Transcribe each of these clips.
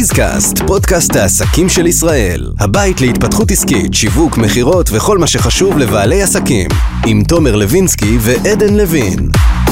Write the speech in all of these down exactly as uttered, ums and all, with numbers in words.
ביזקאסט, פודקאסט העסקים של ישראל. הבית להתפתחות עסקית, שיווק, מחירות וכל מה שחשוב לבעלי עסקים. עם תומר לוינסקי ועדן לוין.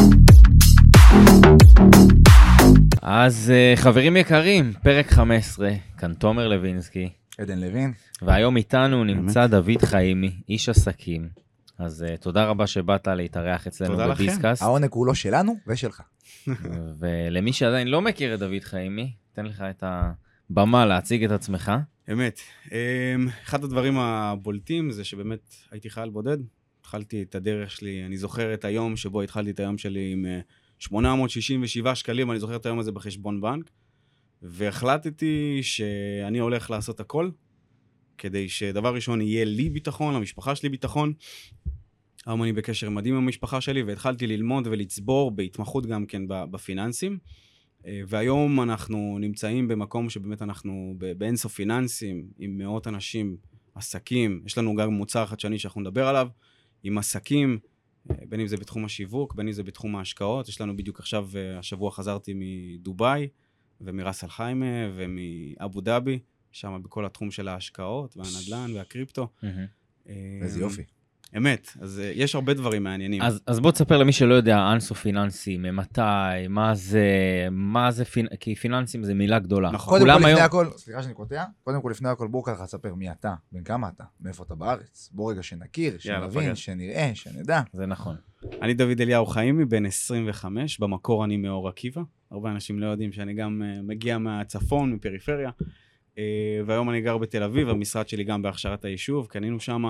אז חברים יקרים, פרק חמש עשרה, כאן תומר לוינסקי. עדן לוין. והיום איתנו נמצא דוד חיימי, איש עסקים. אז uh, תודה רבה שבאת להתארח אצלנו בביזקאסט. העונג הוא לא שלנו ושלך. ולמי שעדיין לא מכיר את דוד חיימי, אתן לך את הבמה להציג את עצמך. אמת. אחד הדברים הבולטים זה שבאמת הייתי חייל בודד. התחלתי את הדרך שלי, אני זוכר את היום שבו התחלתי את היום שלי עם שמונה מאות שישים ושבעה שקלים, אני זוכר את היום הזה בחשבון בנק, והחלטתי שאני הולך לעשות הכל, כדי שדבר ראשון יהיה לי ביטחון, למשפחה שלי ביטחון. היום אני בקשר מדהים עם המשפחה שלי, והתחלתי ללמוד ולצבור בהתמחות גם כן בפיננסים. והיום אנחנו נמצאים במקום שבאמת אנחנו באינסוף פיננסים, עם מאות אנשים, עסקים. יש לנו גם מוצר חדשני שאנחנו נדבר עליו, עם עסקים, בין אם זה בתחום השיווק, בין אם זה בתחום ההשקעות. יש לנו בדיוק עכשיו, השבוע חזרתי מדובאי, ומראס אל חיימה, ומאבו דאבי, שם בכל התחום של ההשקעות, והנדלן, והקריפטו. איזה יופי. אמת, אז יש הרבה דברים מעניינים. אז, אז בוא תספר למי שלא יודע, אינסוף פיננסים, מתי, מה זה, מה זה, כי פיננסים זה מילה גדולה. נכון. קודם כל לפני היום... הכל, סליחה שאני קוטע, קודם כל לפני הכל בוא ככה תספר מי אתה, בין כמה אתה, מאיפה אתה בארץ, בוא רגע שנכיר, שנבין, שנראה, שנדע. זה נכון. אני דוד אליהו חיימי, בן עשרים וחמש, במקור אני מאור עקיבא, הרבה אנשים לא יודעים שאני גם מגיע מהצפון, מפריפריה, והיום אני גר בתל אביב, המשרד שלי גם בהכשרת היישוב, קנינו שמה.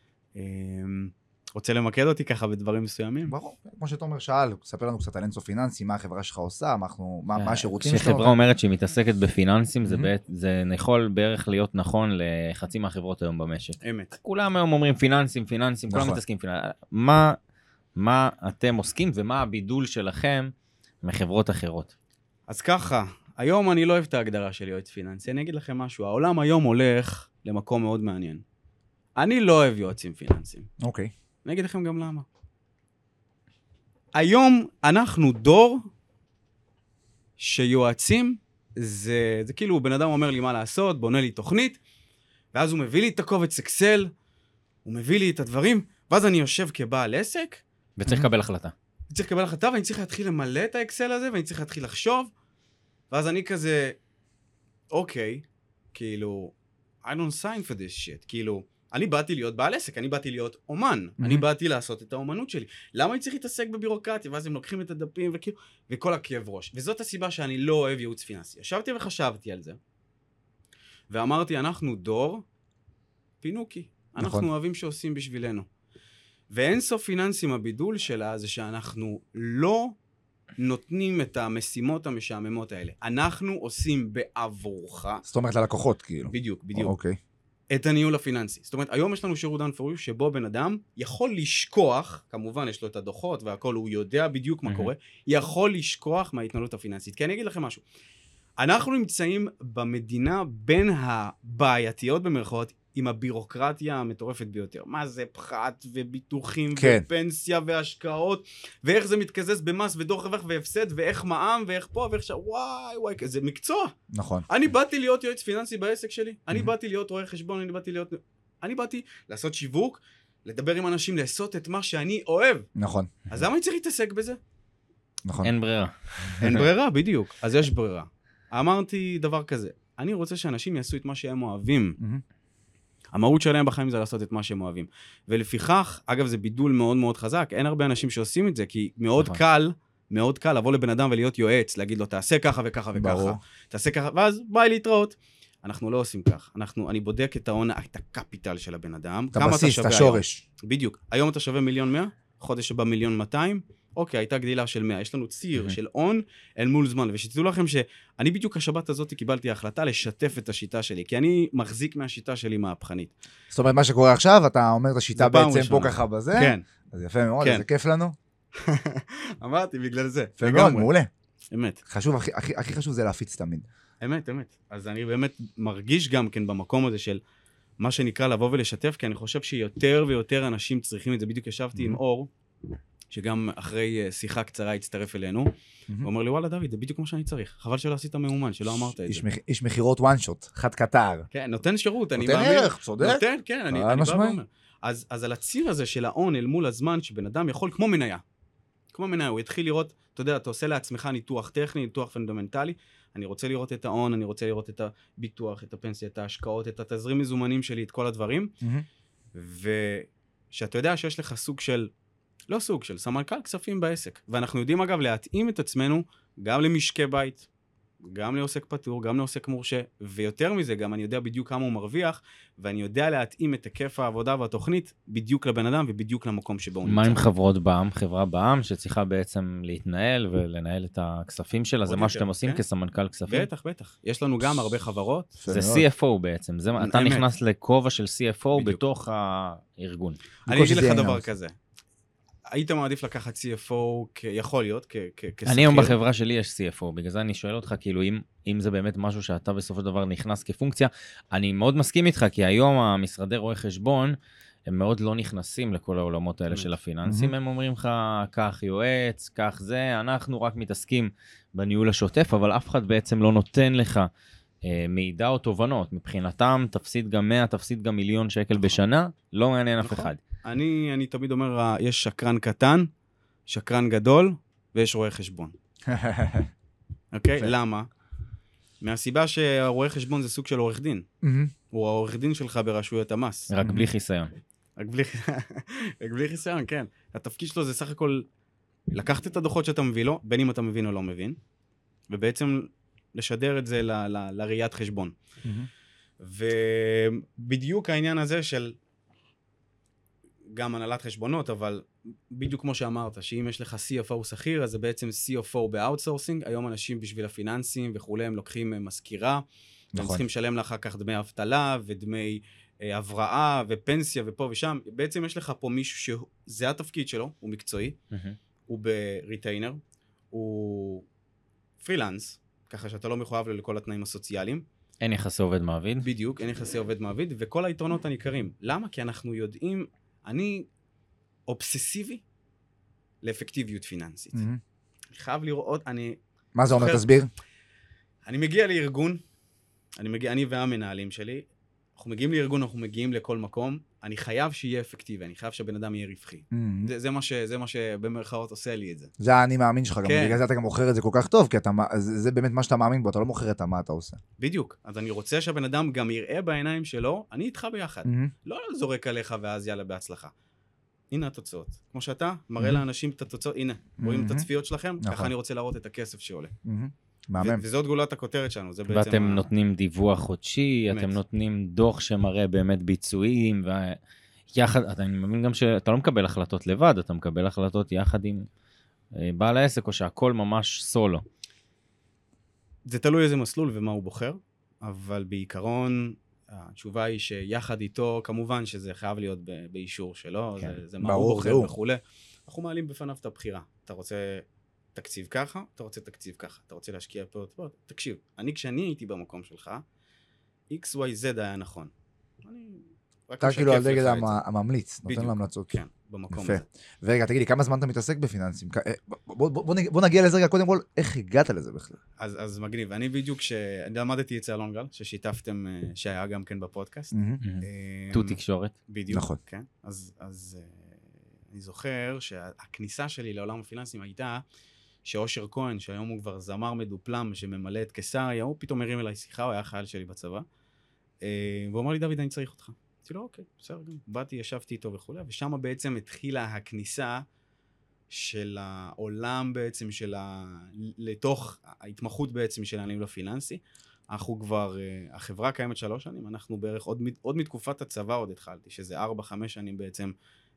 רוצה למקד אותי ככה בדברים מסוימים? ברור, כמו שתומר שאל, ספר לנו קצת על אינסוף פיננסי, מה החברה שלך עושה, מה השירותים שלו. כשחברה אומרת שהיא מתעסקת בפיננסים, זה יכול בערך להיות נכון לחצי מהחברות היום במשק. אמת. כולם היום אומרים פיננסים, פיננסים, כולם מתעסקים פיננסים. מה אתם עוסקים ומה הבידול שלכם מחברות אחרות? אז ככה, היום אני לא אוהב את ההגדרה של יועץ פיננסי, אני אגיד לכם משהו, העולם היום הולך למקום מאוד מעניין. אני לא אוהב יועצים פיננסיים. אוקיי. אני אגיד לכם גם למה. היום אנחנו דור שיועצים, זה, זה כאילו בן אדם אומר לי מה לעשות, בונה לי תוכנית, ואז הוא מביא לי את הקובץ אקסל, הוא מביא לי את הדברים, ואז אני יושב כבעל עסק. וצריך לקבל החלטה. צריך לקבל החלטה, ואני צריך להתחיל למלא את האקסל הזה, ואני צריך להתחיל לחשוב, ואז אני כזה, אוקיי, כאילו, I don't sign for this shit, כאילו, אני באתי להיות בעל עסק, אני באתי להיות אומן, mm-hmm. אני באתי לעשות את האומנות שלי. למה אני צריך להתעסק בבירוקרטיה? ואז הם לוקחים את הדפים וכאילו, וכל הכאב ראש. וזאת הסיבה שאני לא אוהב ייעוץ פיננסי. ישבתי וחשבתי על זה, ואמרתי, אנחנו דור פינוקי. אנחנו נכון. אוהבים שעושים בשבילנו. ואינסוף פיננסים, הבידול שלה זה שאנחנו לא נותנים את המשימות המשעממות האלה. אנחנו עושים בעבורך. זאת אומרת ללקוחות כאילו. בדיוק, בדיוק. אוקיי. את הניהול הפיננסי. זאת אומרת, היום יש לנו שירות done for you, שבו בן אדם יכול לשכוח, כמובן יש לו את הדוחות והכל, הוא יודע בדיוק מה קורה, יכול לשכוח מההתנהלות הפיננסית. כי אני אגיד לכם משהו, אנחנו נמצאים במדינה בין הבעייתיות במרכאות, עם הבירוקרטיה המטורפת ביותר. מה זה פחת וביטוחים כן. ופנסיה והשקעות, ואיך זה מתקזז במס ודוח רווח והפסד, ואיך מע"מ ואיך פה ואיך ש... וואי וואי, זה מקצוע. נכון. אני באתי להיות יועץ פיננסי בעסק שלי, אני באתי להיות רואה חשבון, אני באתי להיות... אני באתי לעשות שיווק, לדבר עם אנשים, לעשות את מה שאני אוהב. נכון. אז למה אני צריך להתעסק בזה? נכון. אין ברירה. אין ברירה, בדיוק. אז יש ברירה. אמרתי דבר כזה, אני רוצה שאנשים יעשו את מה שהם אוהבים. המהות שלהם בחיים זה לעשות את מה שהם אוהבים. ולפיכך, אגב, זה בידול מאוד מאוד חזק. אין הרבה אנשים שעושים את זה, כי מאוד קל, מאוד קל לבוא לבן אדם ולהיות יועץ, להגיד לו, תעשה ככה וככה וככה. תעשה ככה, ואז ביי להתראות. אנחנו לא עושים כך. אנחנו, אני בודק את ההון, את הקפיטל של הבן אדם. את הבסיס, את השורש. בדיוק. היום אתה שווה מיליון מאה, חודש הבא מיליון מאתיים, אוקיי, הייתה גדילה של מאה. יש לנו ציר של הון אל מול זמן. ושתדעו לכם שאני בדיוק השבת הזאת קיבלתי החלטה לשתף את השיטה שלי, כי אני מחזיק מהשיטה שלי מהפכנית. זאת אומרת, מה שקורה עכשיו, אתה אומר את השיטה בעצם פה ככה בזה? כן. אז יפה מאוד, זה כיף לנו. אמרתי, בגלל זה. יפה מאוד, מעולה. אמת. חשוב, הכי חשוב זה להפיץ תמיד. אמת, אמת. אז אני באמת מרגיש גם כן במקום הזה של מה שנקרא לבוא ולשתף, כי אני חושב שיותר ויותר אנשים צריכים את זה. בדיוק ישבתי עם אור, שגם אחרי שיחה קצרה הצטרף אלינו, הוא אומר לי, וואלה דוד, זה בדיוק כמו שאני צריך, חבל שלא עשית מאומן, שלא אמרת את זה. איש מחירות וואן שוט, חד קטר. כן, נותן שירות, אני נותן ערך, צודק. נותן, כן, אני בא ואומר. אז על הציר הזה של ההון אל מול הזמן, שבן אדם יכול, כמו מניה, כמו מניה, הוא יתחיל לראות, אתה יודע, אתה עושה לעצמך ניתוח טכני, ניתוח פונדמנטלי, אני רוצה לראות את ההון, אני רוצה לראות את הביטוח, את הפנסיה, את ההשקעות, את התזרים מזומנים שלי, את כל הדברים, ושאתה יודע שיש לך סוג של, לא סוג של, סמנכ"ל כספים בעסק, ואנחנו יודעים אגב להתאים את עצמנו גם למשקי בית, גם לעוסק פטור, גם לעוסק מורשה, ויותר מזה, גם אני יודע בדיוק כמה הוא מרוויח, ואני יודע להתאים את היקף העבודה והתוכנית בדיוק לבן אדם ובדיוק למקום שבו הוא נמצא. מה עם חברות בעם? חברה בעם שצריכה בעצם להתנהל ולנהל את הכספים שלה, זה מה שאתם עושים כסמנכ"ל כספים? בטח, בטח. יש לנו גם הרבה חברות. זה סי אף או בעצם, אתה נכנס לכובע של סי אף או בתוך הארגון. אני אגיד לך דבר כזה. היית מעדיף לקחת סי אף או, יכול להיות, כשכיר? אני היום בחברה שלי יש סי אף או, בגלל זה אני שואל אותך, כאילו, אם, אם זה באמת משהו שאתה בסופו של דבר נכנס כפונקציה, אני מאוד מסכים איתך, כי היום המשרדי רואי חשבון, הם מאוד לא נכנסים לכל העולמות האלה של הפיננסים, הם אומרים לך, כך יועץ, כך זה, אנחנו רק מתעסקים בניהול השוטף, אבל אף אחד בעצם לא נותן לך מידע או תובנות, מבחינתם, תפסיד גם מאה, תפסיד גם מיליון שקל בשנה, לא מעניין אף אחד. אני, אני תמיד אומר, יש שקרן קטן, שקרן גדול, ויש רואה חשבון. אוקיי? למה? מהסיבה שהרואה חשבון זה סוג של עורך דין. הוא העורך דין שלך ברשויות המס. רק בלי חיסיון. רק בלי, רק בלי חיסיון, כן. התפקיד שלו זה סך הכל לקחת את הדוחות שאתה מביא לו, בין אם אתה מבין או לא מבין, ובעצם לשדר את זה ל, ל, לראיית חשבון. ובדיוק העניין הזה של גם הנהלת חשבונות, אבל בדיוק כמו שאמרת, שאם יש לך סי אף או שכיר, אז זה בעצם סי אף או באוטסורסינג, היום אנשים בשביל הפיננסים וכולי, הם לוקחים מזכירה, נכון. הם צריכים לשלם לאחר כך דמי אבטלה, ודמי אה, הבראה, ופנסיה, ופה ושם, בעצם יש לך פה מישהו שזה התפקיד שלו, הוא מקצועי, mm-hmm. הוא בריטיינר, הוא פרילנס, ככה שאתה לא מחויב לכל התנאים הסוציאליים. אין יחסי עובד מעביד. בדיוק, אין יחסי עובד מעביד, וכל היתרונות הניכרים. למה? כי אנחנו יודעים, אני אובססיבי לאפקטיביות פיננסית. Mm-hmm. אני חייב לראות, אני... מה זה אומר? תסביר. אני מגיע לארגון, אני מגיע, אני והמנהלים שלי, אנחנו מגיעים לארגון, אנחנו מגיעים לכל מקום, אני חייב שיהיה אפקטיבי, אני חייב שהבן אדם יהיה רווחי. Mm-hmm. זה, זה מה ש, זה מה שבמרכאות עושה לי את זה. זה אני מאמין שלך, כן. גם בגלל זה אתה גם מוכר את זה כל כך טוב, כי אתה, זה, זה באמת מה שאתה מאמין בו, אתה לא מוכר את מה אתה עושה. בדיוק, אז אני רוצה שהבן אדם גם יראה בעיניים שלו, אני איתך ביחד. Mm-hmm. לא זורק עליך ואז יאללה בהצלחה. הנה התוצאות. כמו שאתה מראה mm-hmm. לאנשים את התוצאות, הנה, mm-hmm. רואים את הצפיות שלכם, נכון. ככה אני רוצה להראות את הכסף שעולה. Mm-hmm. מאמן. וזאת גולת הכותרת שלנו, זה בעצם... ואתם נותנים דיווח חודשי, אתם נותנים דוח שמראה באמת ביצועים, ויחד, אני מאמין גם שאתה לא מקבל החלטות לבד, אתה מקבל החלטות יחד עם בעל העסק, או שהכל ממש סולו. זה תלוי איזה מסלול ומה הוא בוחר, אבל בעיקרון, התשובה היא שיחד איתו, כמובן שזה חייב להיות באישור שלו, זה מה הוא בוחר וכו'. אנחנו מעלים בפניו את הבחירה. אתה רוצה... תקציב ככה, אתה רוצה תקציב ככה, אתה רוצה להשקיע פה, פה, תקשיב, אני כשאני הייתי במקום שלך, אקס וואי זד היה נכון. אתה כאילו על דגל הממליץ, נותן לו המלצות. כן, במקום הזה. ורגע, תגיד לי, כמה זמן אתה מתעסק בפיננסים? בוא נגיע לזה רגע, קודם כל, איך הגעת לזה בכלל? אז מגניב, אני בדיוק, אני למדתי אצל אלון גל, ששיתפתם, שהיה גם כן בפודקאסט. תו תקשורת. בדיוק, כן. אז אני זוכר שהכניסה שלי לעולם הפיננסים הייתה, שאושר כהן, שהיום הוא כבר זמר מדופלם, שממלא את קיסריה, הוא פתאום הרים אליי שיחה, הוא היה חייל שלי בצבא, והוא אמר לי, דוד, אני צריך אותך. אמרתי לו, אוקיי, בסדר גם. באתי, ישבתי איתו וכו', ושם בעצם התחילה הכניסה של העולם בעצם, של ה... לתוך ההתמחות בעצם של הניהול הפיננסי. אנחנו כבר, החברה קיימת שלוש שנים, אנחנו בערך עוד, עוד מתקופת הצבא עוד התחלתי, שזה ארבע, חמש שנים בעצם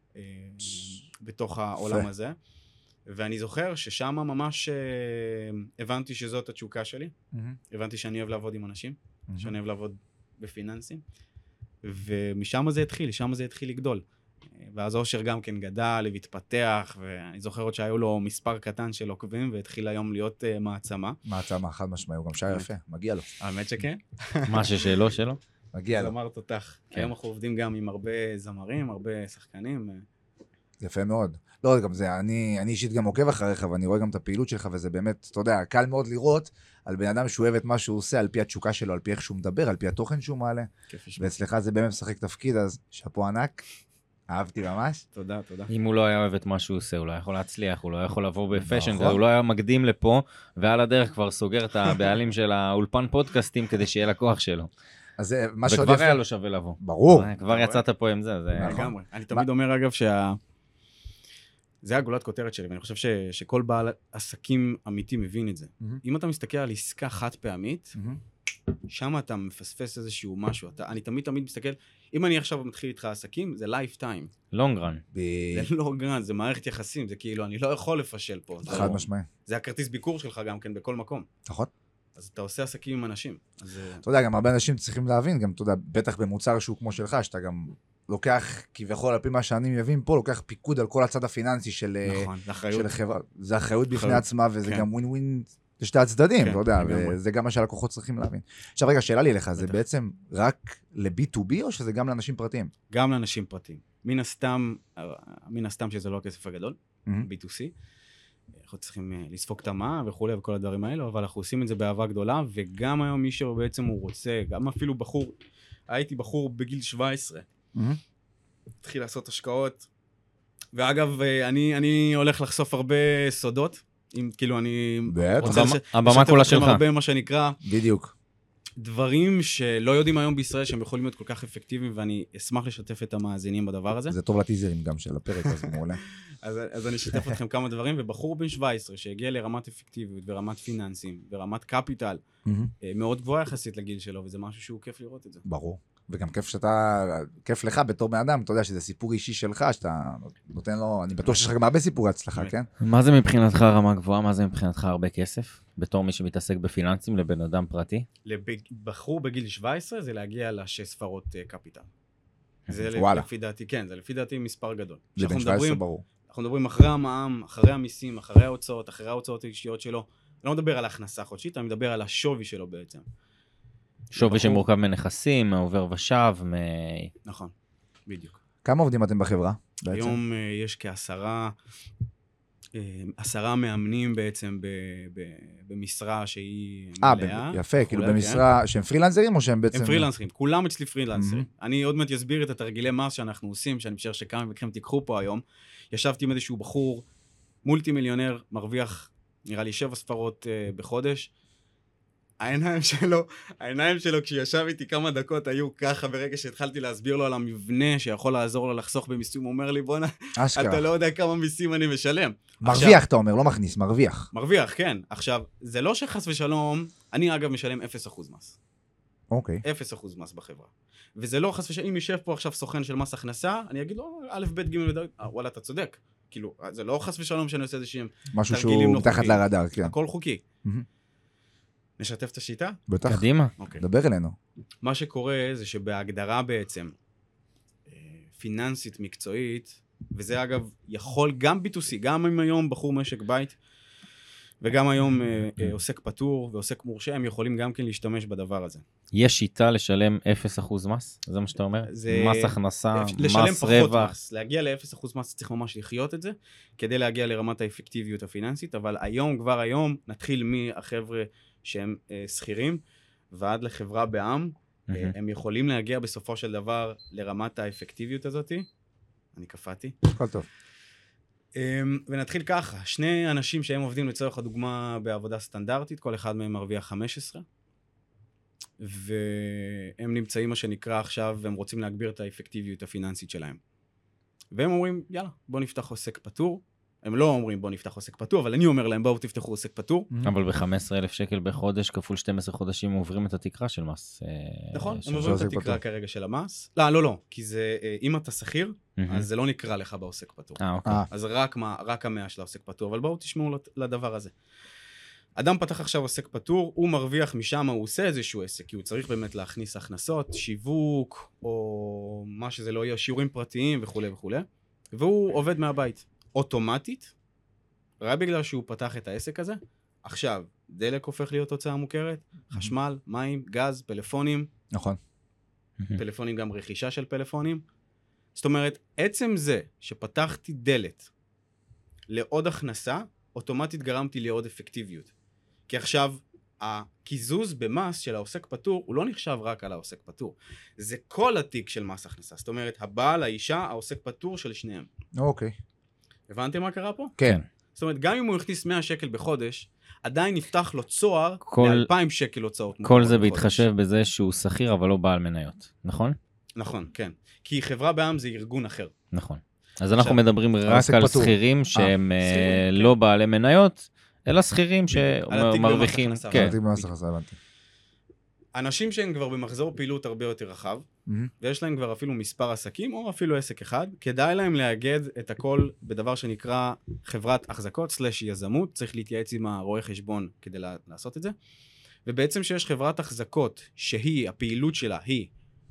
בתוך העולם הזה. ואני זוכר ששם ממש הבנתי שזאת התשוקה שלי. הבנתי שאני אוהב לעבוד עם אנשים, שאני אוהב לעבוד בפיננסים. ומשם זה התחיל, שם זה התחיל לגדול. ואז אושר גם כן גדל והתפתח, ואני זוכר עוד שהיו לו מספר קטן של עוקבים, והתחיל היום להיות מעצמה. מעצמה, חד משמעי, הוא גם שר יפה, מגיע לו. האמת שכן. מה ששאלו שלו? מגיע לו. זמר תותח. היום אנחנו עובדים גם עם הרבה זמרים, הרבה שחקנים. יפה מאוד. לא, גם זה, אני, אני אישית גם עוקב אחריך, ואני רואה גם את הפעילות שלך, וזה באמת, אתה יודע, קל מאוד לראות על בן אדם שהוא אוהב את מה שהוא עושה, על פי התשוקה שלו, על פי איך שהוא מדבר, על פי התוכן שהוא מעלה. ואצלך זה באמת משחק תפקיד, אז שפו ענק, אהבתי ממש. תודה, תודה. אם הוא לא היה אוהב את מה שהוא עושה, הוא לא יכול להצליח, הוא לא יכול לבוא בפשן, הוא לא היה מקדים לפה, ועל הדרך כבר סוגר את הבעלים של האולפן פודקאסטים, כדי שיהיה לקוח שלו. אז מה שעוד וכבר יפה... היה לו שווה לבוא. ברור. כבר יצאת פה עם זה, זה... לגמרי. אני תמיד אומר, אגב, שה... זה הגולת כותרת שלי, ואני חושב ש... שכל בעל עסקים אמיתי מבין את זה. אם אתה מסתכל על עסקה חד פעמית, שם אתה מפספס איזשהו משהו. אתה... אני תמיד תמיד מסתכל, אם אני עכשיו מתחיל איתך עסקים, זה לייפטיים. לונגרן. ב... זה לונגרן, זה מערכת יחסים, זה כאילו, אני לא יכול לפשל פה. חד משמעי. זה הכרטיס ביקור שלך גם כן בכל מקום. נכון. אז אתה עושה עסקים עם אנשים. אז... אתה יודע, גם הרבה אנשים צריכים להבין, גם, אתה יודע, בטח במוצר שהוא כמו שלך, שאתה גם לוקח, כביכול, על פי מה שאני מבין פה, לוקח פיקוד על כל הצד הפיננסי של, נכון, זה אחריות. של החברה. זה אחריות בפני אחריות. עצמה, וזה כן. גם ווין ווין לשתי הצדדים, כן, אתה יודע, לגמרי. וזה גם מה שהלקוחות צריכים להבין. עכשיו רגע, שאלה לי לך, זה בטח. בעצם רק ל-בי טו בי, או שזה גם לאנשים פרטיים? גם לאנשים פרטיים. מן הסתם, מן הסתם שזה לא הכסף הגדול, Mhm. בי טו סי. אנחנו צריכים אה, לספוג את המעה וכולי וכל הדברים האלו, אבל אנחנו עושים את זה באהבה גדולה, וגם היום מי שבעצם הוא רוצה, גם אפילו בחור, הייתי בחור בגיל שבע עשרה, Mhm. התחיל לעשות השקעות, ואגב, אה, אני, אני הולך לחשוף הרבה סודות, אם כאילו אני... בטח. רוצה הבמה- לש- הבמה לשתף כולה אתכם שלך. הרבה מה שנקרא, בדיוק. דברים שלא יודעים היום בישראל שהם יכולים להיות כל כך אפקטיביים, ואני אשמח לשתף את המאזינים בדבר הזה. זה טוב לטיזרים גם של הפרק, אז מעולה. אז, אז אני אשתף אתכם כמה דברים, ובחור בן שבע עשרה שהגיע לרמת אפקטיביות ורמת פיננסים ורמת קפיטל Mhm. אה, מאוד גבוהה יחסית לגיל שלו, וזה משהו שהוא כיף לראות את זה. ברור. וגם כיף שאתה, כיף לך בתור בן אדם, אתה יודע שזה סיפור אישי שלך, שאתה נותן לו, אני בטוח שיש לך גם הרבה סיפורי הצלחה, כן? מה זה מבחינתך רמה גבוהה? מה זה מבחינתך הרבה כסף? בתור מי שמתעסק בפיננסים לבן אדם פרטי? לבחור בגיל שבע עשרה זה להגיע לשש ספרות אה, קפיטל. זה וואלה. לפי דעתי, כן, זה לפי דעתי מספר גדול. זה כשאנחנו בן שבע עשרה מדברים- ברור. אנחנו מדברים אחרי המע"מ, אחרי המיסים, אחרי ההוצאות, אחרי ההוצאות האישיות שלו. אני לא מדבר על ההכנסה חודשית, אני מדבר על השווי שלו בעצם. שווי לבחור- שמורכב מנכסים, מעובר ושב, מ... נכון, בדיוק. כמה עובדים אתם בחברה? בעצם? היום uh, יש כעשרה, uh, עשרה מאמנים בעצם ב, ב, במשרה שהיא אה, מלאה. ב- יפה, כאילו וכולי, במשרה, שהם פרילנסרים או שהם בעצם... הם פרילנסרים, כולם אצלי פרילנסרים. אני עוד מעט אסביר את התרגילי מס שאנחנו עושים, שאני חושב שכמה מכם תיקחו פה היום. ישבתי עם איזשהו בחור, מולטי מיליונר, מרוויח נראה לי שבע ספרות uh, בחודש. העיניים שלו, העיניים שלו כשישב איתי כמה דקות היו ככה, ברגע שהתחלתי להסביר לו על המבנה שיכול לעזור לו לחסוך במיסים, הוא אומר לי, בוא'נה, אשכרה. אתה לא יודע כמה מיסים אני משלם. מרוויח, אתה אומר, לא מכניס, מרוויח. מרוויח, כן. עכשיו, זה לא שחס ושלום, אני אגב משלם אפס אחוז מס. אוקיי. אפס אחוז מס בחברה. וזה לא חס ושלום, אם יושב פה עכשיו סוכן של מס הכנסה, אני אגיד לו, א', ב', ג', וד', אה, וואלה, אתה צודק. כאילו, זה לא חס ושלום שאני עושה איזשהם משהו תרגילים שהוא לא מתחת חוקיים. לרדאר, כן. הכל חוקי. מהמם. נשתף את השיטה? בטח. קדימה. אוקיי. דבר אלינו. מה שקורה זה שבהגדרה בעצם, אה, פיננסית, מקצועית, וזה אגב יכול גם בי טו סי, גם אם היום בחור משק בית, וגם היום אה, אה, עוסק פטור ועוסק מורשה, הם יכולים גם כן להשתמש בדבר הזה. יש שיטה לשלם אפס אחוז מס? זה מה שאתה אומר? זה- מס הכנסה, לשלם מס פחות רווח. מס, להגיע ל-אפס אחוז מס צריך ממש לחיות את זה, כדי להגיע לרמת האפקטיביות הפיננסית, אבל היום, כבר היום, נתחיל מהחבר'ה שהם אה, שכירים, ועד לחברה בעם, אה, מהמם. הם יכולים להגיע בסופו של דבר לרמת האפקטיביות הזאת. אני קפאתי. הכל טוב. אמ, ונתחיל ככה, שני אנשים שהם עובדים לצורך הדוגמה בעבודה סטנדרטית, כל אחד מהם מרוויח חמש עשרה, והם נמצאים מה שנקרא עכשיו, והם רוצים להגביר את האפקטיביות הפיננסית שלהם. והם אומרים, יאללה, בוא נפתח עוסק פטור. הם לא אומרים בוא נפתח עוסק פטור, אבל אני אומר להם, בואו תפתחו עוסק פטור. אבל ב-חמישה עשר אלף שקל בחודש, כפול שנים עשר חודשים, עוברים את התקרה של מס. אה, נכון, של- הם עוברים את עוסק התקרה פטור. כרגע של המס. לא, לא, לא, כי זה, אה, אם אתה שכיר, מהמם. אז זה לא נקרא לך בעוסק פטור. אה, אוקיי. אה, אז רק, מה, רק המאה של העוסק פטור, אבל בואו תשמעו לת- לדבר הזה. אדם פתח עכשיו עוסק פטור, הוא מרוויח משם, הוא עושה איזשהו עסק, כי הוא צריך באמת להכניס הכנסות, שיווק, או מה שזה לא יהיה, שיעורים פרטיים וכו' וכו', והוא עובד מהבית. אוטומטית, רק בגלל שהוא פתח את העסק הזה, עכשיו, דלק הופך להיות הוצאה מוכרת, חשמל, מים, גז, פלאפונים, נכון. מהמם. פלאפונים גם רכישה של פלאפונים, זאת אומרת, עצם זה שפתחתי דלת לעוד הכנסה, אוטומטית גרמתי לעוד אפקטיביות. כי עכשיו, הקיזוז במס של העוסק פטור, הוא לא נחשב רק על העוסק פטור. זה כל התיק של מס הכנסה. זאת אומרת, הבעל, האישה, העוסק פטור של שניהם. אוקיי. הבנתם מה קרה פה? כן. זאת אומרת, גם אם הוא הכניס מאה שקל בחודש, עדיין נפתח לו צוהר כל- ל-אלפיים שקל הוצאות. כל זה בחודש. בהתחשב בזה שהוא שכיר, אבל לא בעל מניות, נכון? נכון, כן. כי חברה בעם זה ארגון אחר. נכון. אז אנחנו עכשיו, מדברים רק העסק על פטור. שכירים שהם אה, שכירים, כן. לא בעלי מניות, אלא שכירים על התיק במס שמרוויחים. הכנסה. כן. הבנתי במס הכנסה, הבנתי. אנשים שהם כבר במחזור פעילות הרבה יותר רחב, מהמם. ויש להם כבר אפילו מספר עסקים, או אפילו עסק אחד, כדאי להם לאגד את הכל בדבר שנקרא חברת החזקות, סלש יזמות, צריך להתייעץ עם הרואה חשבון כדי לעשות את זה, ובעצם שיש חברת החזקות, שהיא, הפעילות שלה היא,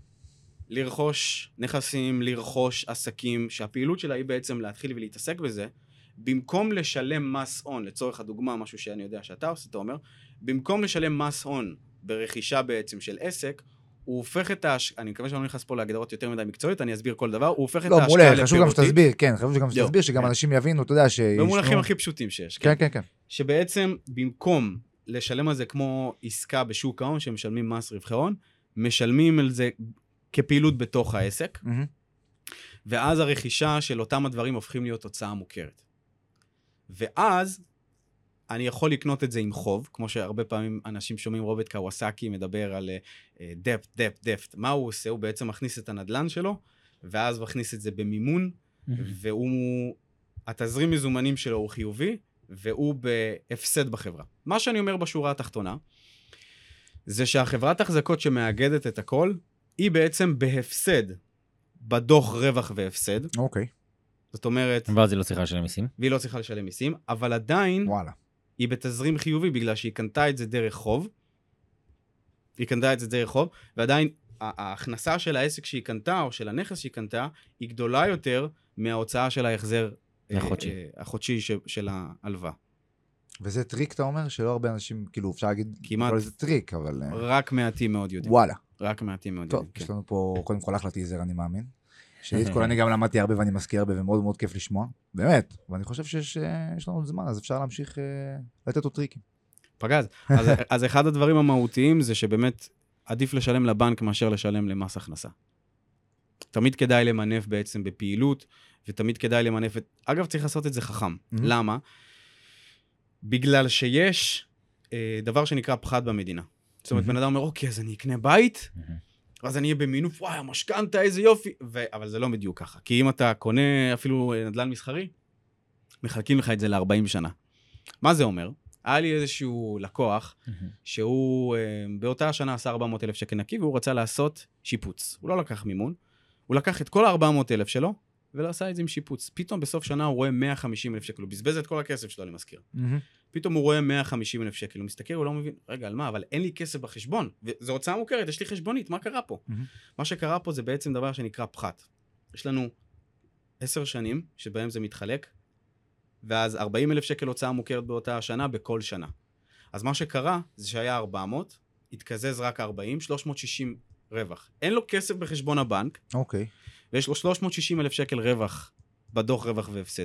לרכוש נכסים, לרכוש עסקים, שהפעילות שלה היא בעצם להתחיל ולהתעסק בזה, במקום לשלם מס הון, לצורך הדוגמה, משהו שאני יודע שאתה עושה, אתה אומר, במקום לשלם מס הון ברכישה בעצם של עסק, הוא הופך את ההשקעה, אני מקווה שאני לא נכנס פה להגדרות יותר מדי מקצועיות, אני אסביר כל דבר, הוא הופך את לא, ההשקעה מעולה, חשוב גם לפירותית. שתסביר, כן, חשוב גם יו, שתסביר, שגם כן. אנשים יבינו, אתה יודע, שישנו... במונחים הכי פשוטים שיש. כן, כן, כן. שבעצם במקום לשלם על זה כמו עסקה בשוק ההון, שמשלמים מס רווחי הון, משלמים על זה כפעילות בתוך העסק, מהמם. ואז הרכישה של אותם הדברים הופכים להיות הוצאה מוכרת. ואז אני יכול לקנות את זה עם חוב, כמו שהרבה פעמים אנשים שומעים רוברט קוואסקי מדבר על דפט, דפט, דפט. מה הוא עושה? הוא בעצם מכניס את הנדלן שלו, ואז מכניס את זה במימון, והוא, התזרים מזומנים שלו הוא חיובי, והוא בהפסד בחברה. מה שאני אומר בשורה התחתונה, זה שהחברת החזקות שמאגדת את הכל, היא בעצם בהפסד, בדוח רווח והפסד. אוקיי. זאת אומרת, ואז היא לא צריכה לשלם מיסים. והיא לא צריכה לשלם מיסים, אבל עדיין וואלה. היא בתזרים חיובי, בגלל שהיא קנתה את זה דרך חוב, היא קנתה את זה דרך חוב, ועדיין ההכנסה של העסק שהיא קנתה, או של הנכס שהיא קנתה, היא גדולה יותר מההוצאה של ההחזר החודשי. החודשי של ההלוואה. וזה טריק, אתה אומר? שלא הרבה אנשים, כאילו, אפשר להגיד, כמעט. כל זה טריק, אבל... רק מעטים מאוד יודעים. וואלה. רק מעטים מאוד טוב, יודעים. יש כן. לנו פה, קודם כל, אחלה טיזר, אני מאמין. שעית כל אני גם למדתי הרבה ואני מזכיר הרבה, ומאוד מאוד כיף לשמוע. באמת. ואני חושב שיש אה, יש לנו זמן, אז אפשר להמשיך אה, לתת לו טריקים. פגז. אז, אז אחד הדברים המהותיים זה שבאמת עדיף לשלם לבנק מאשר לשלם למס הכנסה. תמיד כדאי למנף בעצם בפעילות, ותמיד כדאי למנף את... אגב, צריך לעשות את זה חכם. Mm-hmm. למה? בגלל שיש אה, דבר שנקרא פחד במדינה. זאת אומרת, Mm-hmm. בן אדם אומר, אוקיי, אז אני אקנה בית, Mm-hmm. אז אני אהיה במינוף, וואי, המשכנתה, איזה יופי. ו... אבל זה לא בדיוק ככה. כי אם אתה קונה אפילו נדל"ן מסחרי, מחלקים לך את זה ל-ארבעים שנה. מה זה אומר? היה לי איזשהו לקוח, שהוא אה, באותה השנה עשה ארבע מאות אלף שקל נקי, והוא רצה לעשות שיפוץ. הוא לא לקח מימון, הוא לקח את כל ה-ארבע מאות אלף שלו, ולא עשה את זה עם שיפוץ. פתאום בסוף שנה הוא רואה מאה וחמישים אלף שקל, הוא בזבז את כל הכסף שלו, אני מזכיר. פתאום הוא רואה מאה וחמישים אלף שקל, הוא מסתכל, הוא לא מבין, רגע, על מה? אבל אין לי כסף בחשבון, וזו הוצאה מוכרת, יש לי חשבונית, מה קרה פה? מה שקרה פה זה בעצם דבר שנקרא פחת. יש לנו עשר שנים שבהם זה מתחלק, ואז ארבעים אלף שקל הוצאה מוכרת באותה השנה בכל שנה. אז מה שקרה זה שהיה ארבע מאות, התקזז רק ארבעים, שלוש מאות ושישים רווח. אין לו כסף בחשבון הבנק, אוקיי. ויש לו שלוש מאות ושישים אלף שקל רווח בדוח רווח והפסד.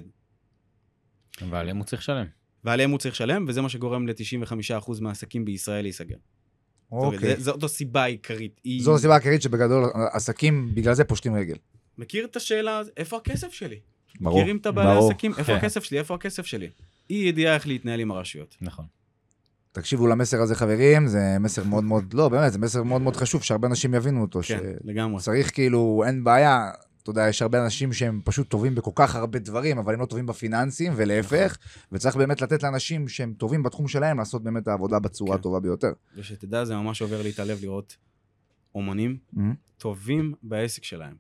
ועליהם הוא צריך לשלם. ועליהם הוא צריך לשלם, וזה מה שגורם ל-תשעים וחמישה אחוז מהעסקים בישראל להיסגר. אוקיי. זאת הסיבה העיקרית. זו הסיבה העיקרית שבגדול עסקים בגלל זה פושטים רגל. מכיר את השאלה, איפה הכסף שלי? ברור. מכירים את הבעלי ברור. עסקים? איפה הכסף שלי? איפה הכסף שלי? אי ידיעה איך להתנהל עם הרשויות. נכון. תקשיבו למסר הזה, חברים, זה מסר מאוד מאוד, לא, באמת, זה מסר מאוד מאוד חשוב, שהרבה אנשים יבינו אותו. כן, לגמרי. שצריך כאילו, אין בעיה, אתה יודע, יש הרבה אנשים שהם פשוט טובים בכל כך הרבה דברים, אבל הם לא טובים בפיננסים, ולהפך, וצריך באמת לתת לאנשים שהם טובים בתחום שלהם, לעשות באמת העבודה בצורה הטובה ביותר. ושתדע, זה ממש עובר לי את הלב לראות אומנים טובים בעסק שלהם.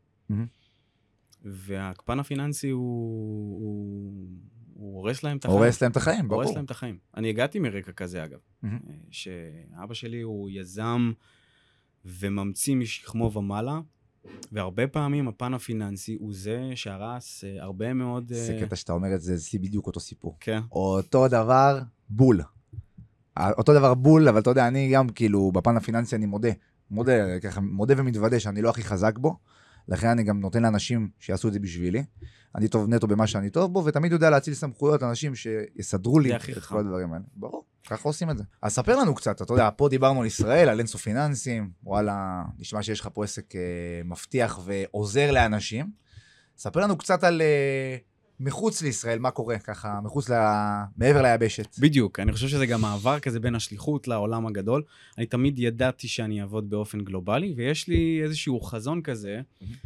והקפן הפיננסי הוא הורס להם את החיים. הורס להם את החיים, ברור. הורס להם את החיים. אני הגעתי מרקע כזה, אגב. שאבא שלי הוא יזם וממציא משכמו ומעלה, והרבה פעמים הפן הפיננסי הוא זה שהרס הרבה מאוד... זה קטע שאתה אומר את זה, זה בדיוק אותו סיפור. כן. אותו דבר, בול. אותו דבר בול, אבל אתה יודע, אני גם כאילו, בפן הפיננסי אני מודה, מודה, ככה, מודה ומתוודה שאני לא הכי חזק בו, לכן אני גם נותן לאנשים שיעשו את זה בשבילי. אני טוב נטו במה שאני טוב בו, ותמיד יודע להציל סמכויות לאנשים שיסדרו לי את כל הדברים האלה. ברור, ככה עושים את זה. אז ספר לנו קצת, אתה יודע, פה דיברנו על ישראל, על אינסוף פיננסים, וואלה, נשמע שיש לך פה עסק מבטיח ועוזר לאנשים. ספר לנו קצת על מחוץ לישראל, מה קורה ככה, מחוץ ל... מעבר ליבשת. בדיוק, אני חושב שזה גם מעבר כזה בין השליחות לעולם הגדול. אני תמיד ידעתי שאני אעבוד באופן גלובלי, ויש לי איזשהו חזון כזה,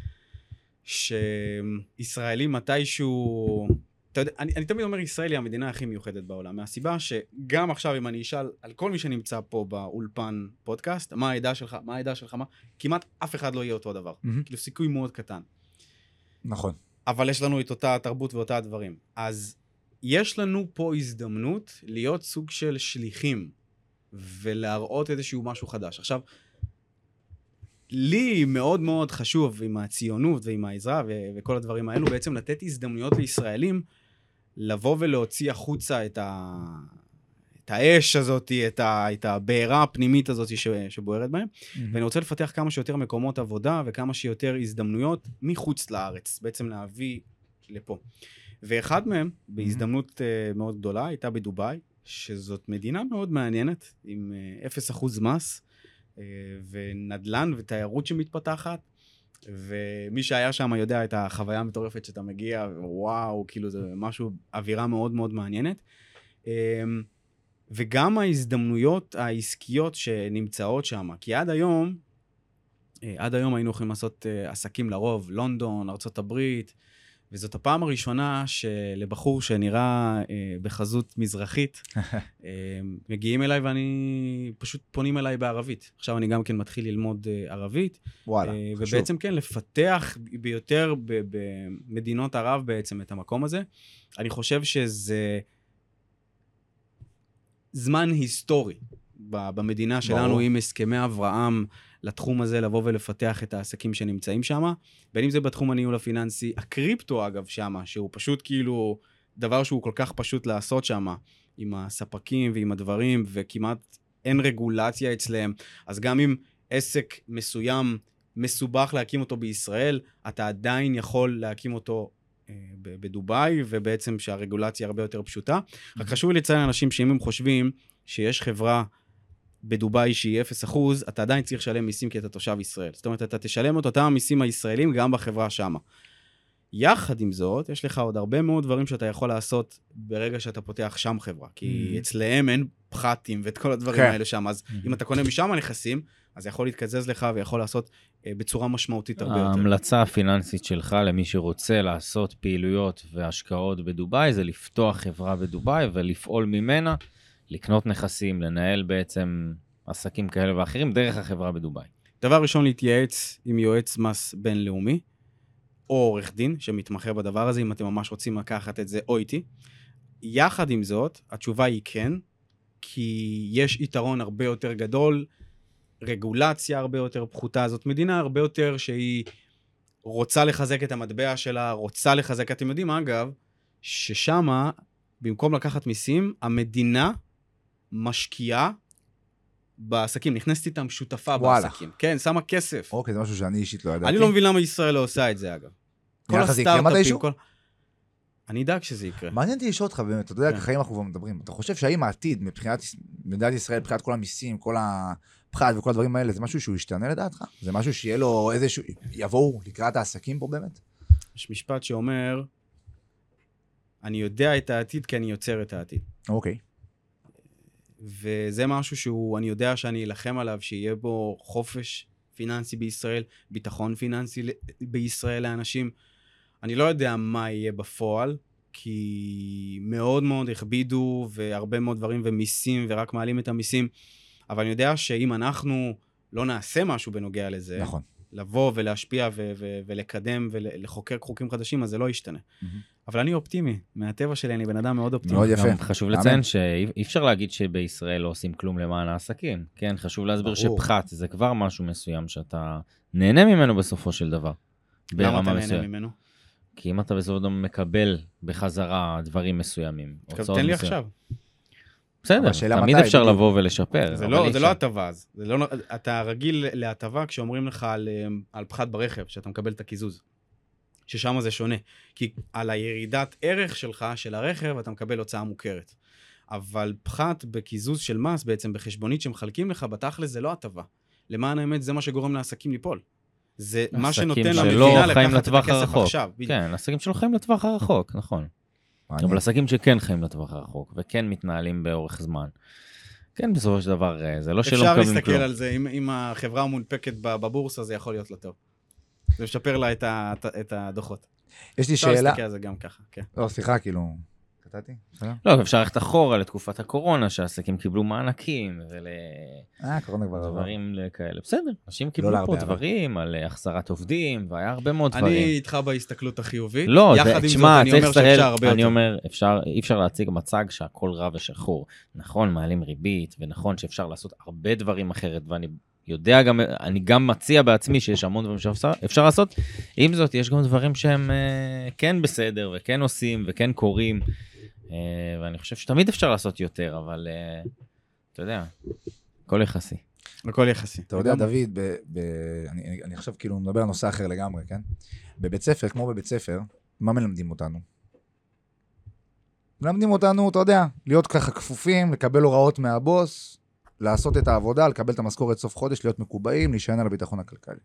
שישראלי מתישהו... אתה יודע, אני, אני תמיד אומר, ישראל היא המדינה הכי מיוחדת בעולם, מהסיבה שגם עכשיו, אם אני אשאל על כל מי שנמצא פה באולפן פודקאסט, מה העדה שלך, מה העדה שלך, מה, כמעט אף אחד לא יהיה אותו דבר. Mm-hmm. כאילו סיכוי מאוד קטן. נכון. אבל יש לנו את אותה התרבות ואותה הדברים. אז יש לנו פה הזדמנות להיות סוג של שליחים, ולהראות איזשהו משהו חדש. עכשיו, לי מאוד מאוד חשוב עם הציונות ועם העזרה ו- וכל הדברים האלו, בעצם לתת הזדמנויות לישראלים, לבוא ולהוציא החוצה את, ה- את האש הזאת, את, ה- את הבעירה הפנימית הזאת ש- שבוערת בהם, mm-hmm. ואני רוצה לפתח כמה שיותר מקומות עבודה, וכמה שיותר הזדמנויות מחוץ לארץ, בעצם להביא לפה. ואחד מהם, mm-hmm. בהזדמנות uh, מאוד גדולה, הייתה בדובאי, שזאת מדינה מאוד מעניינת, עם uh, אפס אחוז מס, ונדלן ותיירות שמתפתחת, ומי שהיה שם יודע את החוויה המטורפת שאתה מגיע, וואו, כאילו זה משהו, אווירה מאוד מאוד מעניינת. וגם ההזדמנויות העסקיות שנמצאות שם, כי עד היום, עד היום היינו יכולים לעשות עסקים לרוב, לונדון, ארצות הברית, וזאת הפעם הראשונה שלבחור שנראה אה, בחזות מזרחית, אה, מגיעים אליי ואני פשוט פונים אליי בערבית. עכשיו אני גם כן מתחיל ללמוד אה, ערבית. וואלה, אה, חשוב. ובעצם כן, לפתח ביותר במדינות ערב בעצם את המקום הזה. אני חושב שזה זמן היסטורי במדינה שלנו, ברור. עם הסכמי אברהם, לתחום הזה לבוא ולפתח את העסקים שנמצאים שם, בין אם זה בתחום הניהול הפיננסי, הקריפטו אגב שם, שהוא פשוט כאילו דבר שהוא כל כך פשוט לעשות שם, עם הספקים ועם הדברים, וכמעט אין רגולציה אצלם, אז גם אם עסק מסוים מסובך להקים אותו בישראל, אתה עדיין יכול להקים אותו אה, בדובאי, ובעצם שהרגולציה הרבה יותר פשוטה. רק חשוב לי לציין לאנשים שאם הם חושבים שיש חברה בדובאי שהיא אפס אחוז, אתה עדיין צריך לשלם מיסים כי אתה תושב ישראל. זאת אומרת, אתה תשלם את אותם המיסים הישראלים גם בחברה שמה. יחד עם זאת, יש לך עוד הרבה מאוד דברים שאתה יכול לעשות ברגע שאתה פותח שם חברה, כי mm. אצלהם אין פחתים ואת כל הדברים okay. האלה שם, אז mm. אם אתה קונה משם נכסים, אז זה יכול להתקזז לך ויכול לעשות אה, בצורה משמעותית הרבה יותר. ההמלצה הפיננסית שלך למי שרוצה לעשות פעילויות והשקעות בדובאי, זה לפתוח חברה בדובאי ולפעול ממנה, לקנות נכסים, לנהל בעצם עסקים כאלה ואחרים דרך החברה בדובאי. דבר ראשון, להתייעץ עם יועץ מס בינלאומי, או עורך דין שמתמחה בדבר הזה, אם אתם ממש רוצים לקחת את זה, או איתי. יחד עם זאת, התשובה היא כן, כי יש יתרון הרבה יותר גדול, רגולציה הרבה יותר פחותה, זאת מדינה הרבה יותר שהיא רוצה לחזק את המטבע שלה, רוצה לחזק, אתם יודעים אגב, ששמה, במקום לקחת מיסים, המדינה משקיעה בעסקים, נכנסת איתם שותפה בעסקים. כן, שמה כסף. אוקיי, זה משהו שאני אישית לא ידעתי. אני לא מבין למה ישראל לא עושה את זה, אגב. כל הסטארט-אפים, כל... אני אדאג שזה יקרה. מעניין אותי לשאול אותך, באמת, אתה יודע, כחיים אנחנו כבר מדברים. אתה חושב שהאם העתיד, מבחינת מדינת ישראל, מבחינת כל המיסים, כל הפחת וכל הדברים האלה, זה משהו שהוא ישתנה לדעתך? זה משהו שיהיה לו איזשהו... יבואו לקראת העסקים פה באמת? יש משפט שאומר, אני יודע את העתיד כי אני יוצר את העתיד. אוקיי. וזה משהו שהוא, אני יודע שאני אלחם עליו, שיהיה בו חופש פיננסי בישראל, ביטחון פיננסי בישראל לאנשים. אני לא יודע מה יהיה בפועל, כי מאוד מאוד הכבידו, והרבה מאוד דברים ומיסים, ורק מעלים את המיסים. אבל אני יודע שאם אנחנו לא נעשה משהו בנוגע לזה, נכון. לבוא ולהשפיע ו- ו- ולקדם ולחוקר חוקים חדשים, אז זה לא ישתנה. Mm-hmm. אבל אני אופטימי, מהטבע שלי אני בן אדם מאוד אופטימי. מאוד יפה. חשוב לציין שאי אפשר להגיד שבישראל לא עושים כלום למען העסקים. כן, חשוב להסביר שפחת זה כבר משהו מסוים שאתה נהנה ממנו בסופו של דבר. למה אתה נהנה ממנו? כי אם אתה בסופו של דבר מקבל בחזרה דברים מסוימים. תן לי עכשיו. בסדר, תמיד אפשר לבוא ולשפר. זה לא, זה לא הטבה, אז. זה לא, אתה רגיל להטבה כשאומרים לך על, על פחת ברכב, שאתה מקבל את הקיזוז. ששם זה שונה. כי על הירידת ערך שלך, של הרכב, אתה מקבל הוצאה מוכרת. אבל פחת בקיזוז של מס, בעצם בחשבונית שמחלקים לך, בתכל'ס זה לא הטבה. למען האמת, זה מה שגורם לעסקים ליפול. זה מה שנותן למדינה לקחת את הכסף עכשיו. כן, עסקים שלא חיים לטווח הרחוק, נכון. אבל עסקים שכן חיים לטווח הרחוק, וכן מתנהלים באורך זמן. כן, בסופו של דבר, זה לא שלא מקבלים כלום. אפשר להסתכל על זה, אם החברה מונפקת בבורסה, זה יכול להיות לטוב. זה משפר לה את הדוחות. יש לי שאלה... אפשר להסתכל על זה גם ככה, כן. לא, סליחה, כאילו... קטעתי? לא, אפשר ללכת אחורה לתקופת הקורונה, שהעסקים קיבלו מענקים, ול... אה, קורונה כבר... דברים כאלה. בסדר, אנשים קיבלו פה דברים על החזרת עובדים, והיה הרבה מאוד דברים. אני איתך בהסתכלות החיובית. לא, תשמע, צריך להסתכל, אני אומר, אי אפשר להציג מצג שהכל רע ושחור. נכון, מעלים ריבית, ונכון שאפשר לעשות הרבה דברים אחרת, ואני יודע גם, אני גם מציע בעצמי שיש המון דברים שאפשר לעשות. עם זאת, יש גם דברים שהם כן בסדר, וכן עושים, וכן קורים. ואני חושב שתמיד אפשר לעשות יותר, אבל אתה יודע, הכל יחסי. הכל יחסי. אתה יודע, דוד, אני עכשיו כאילו מדבר על נושא אחר לגמרי, כן? בבית ספר, כמו בבית ספר, מה מלמדים אותנו? מלמדים אותנו, אתה יודע, להיות ככה כפופים, לקבל הוראות מהבוס, לעשות את העבודה, לקבל את המשכורת סוף חודש, להיות מקובעים, להישען על הביטחון הכלכלי.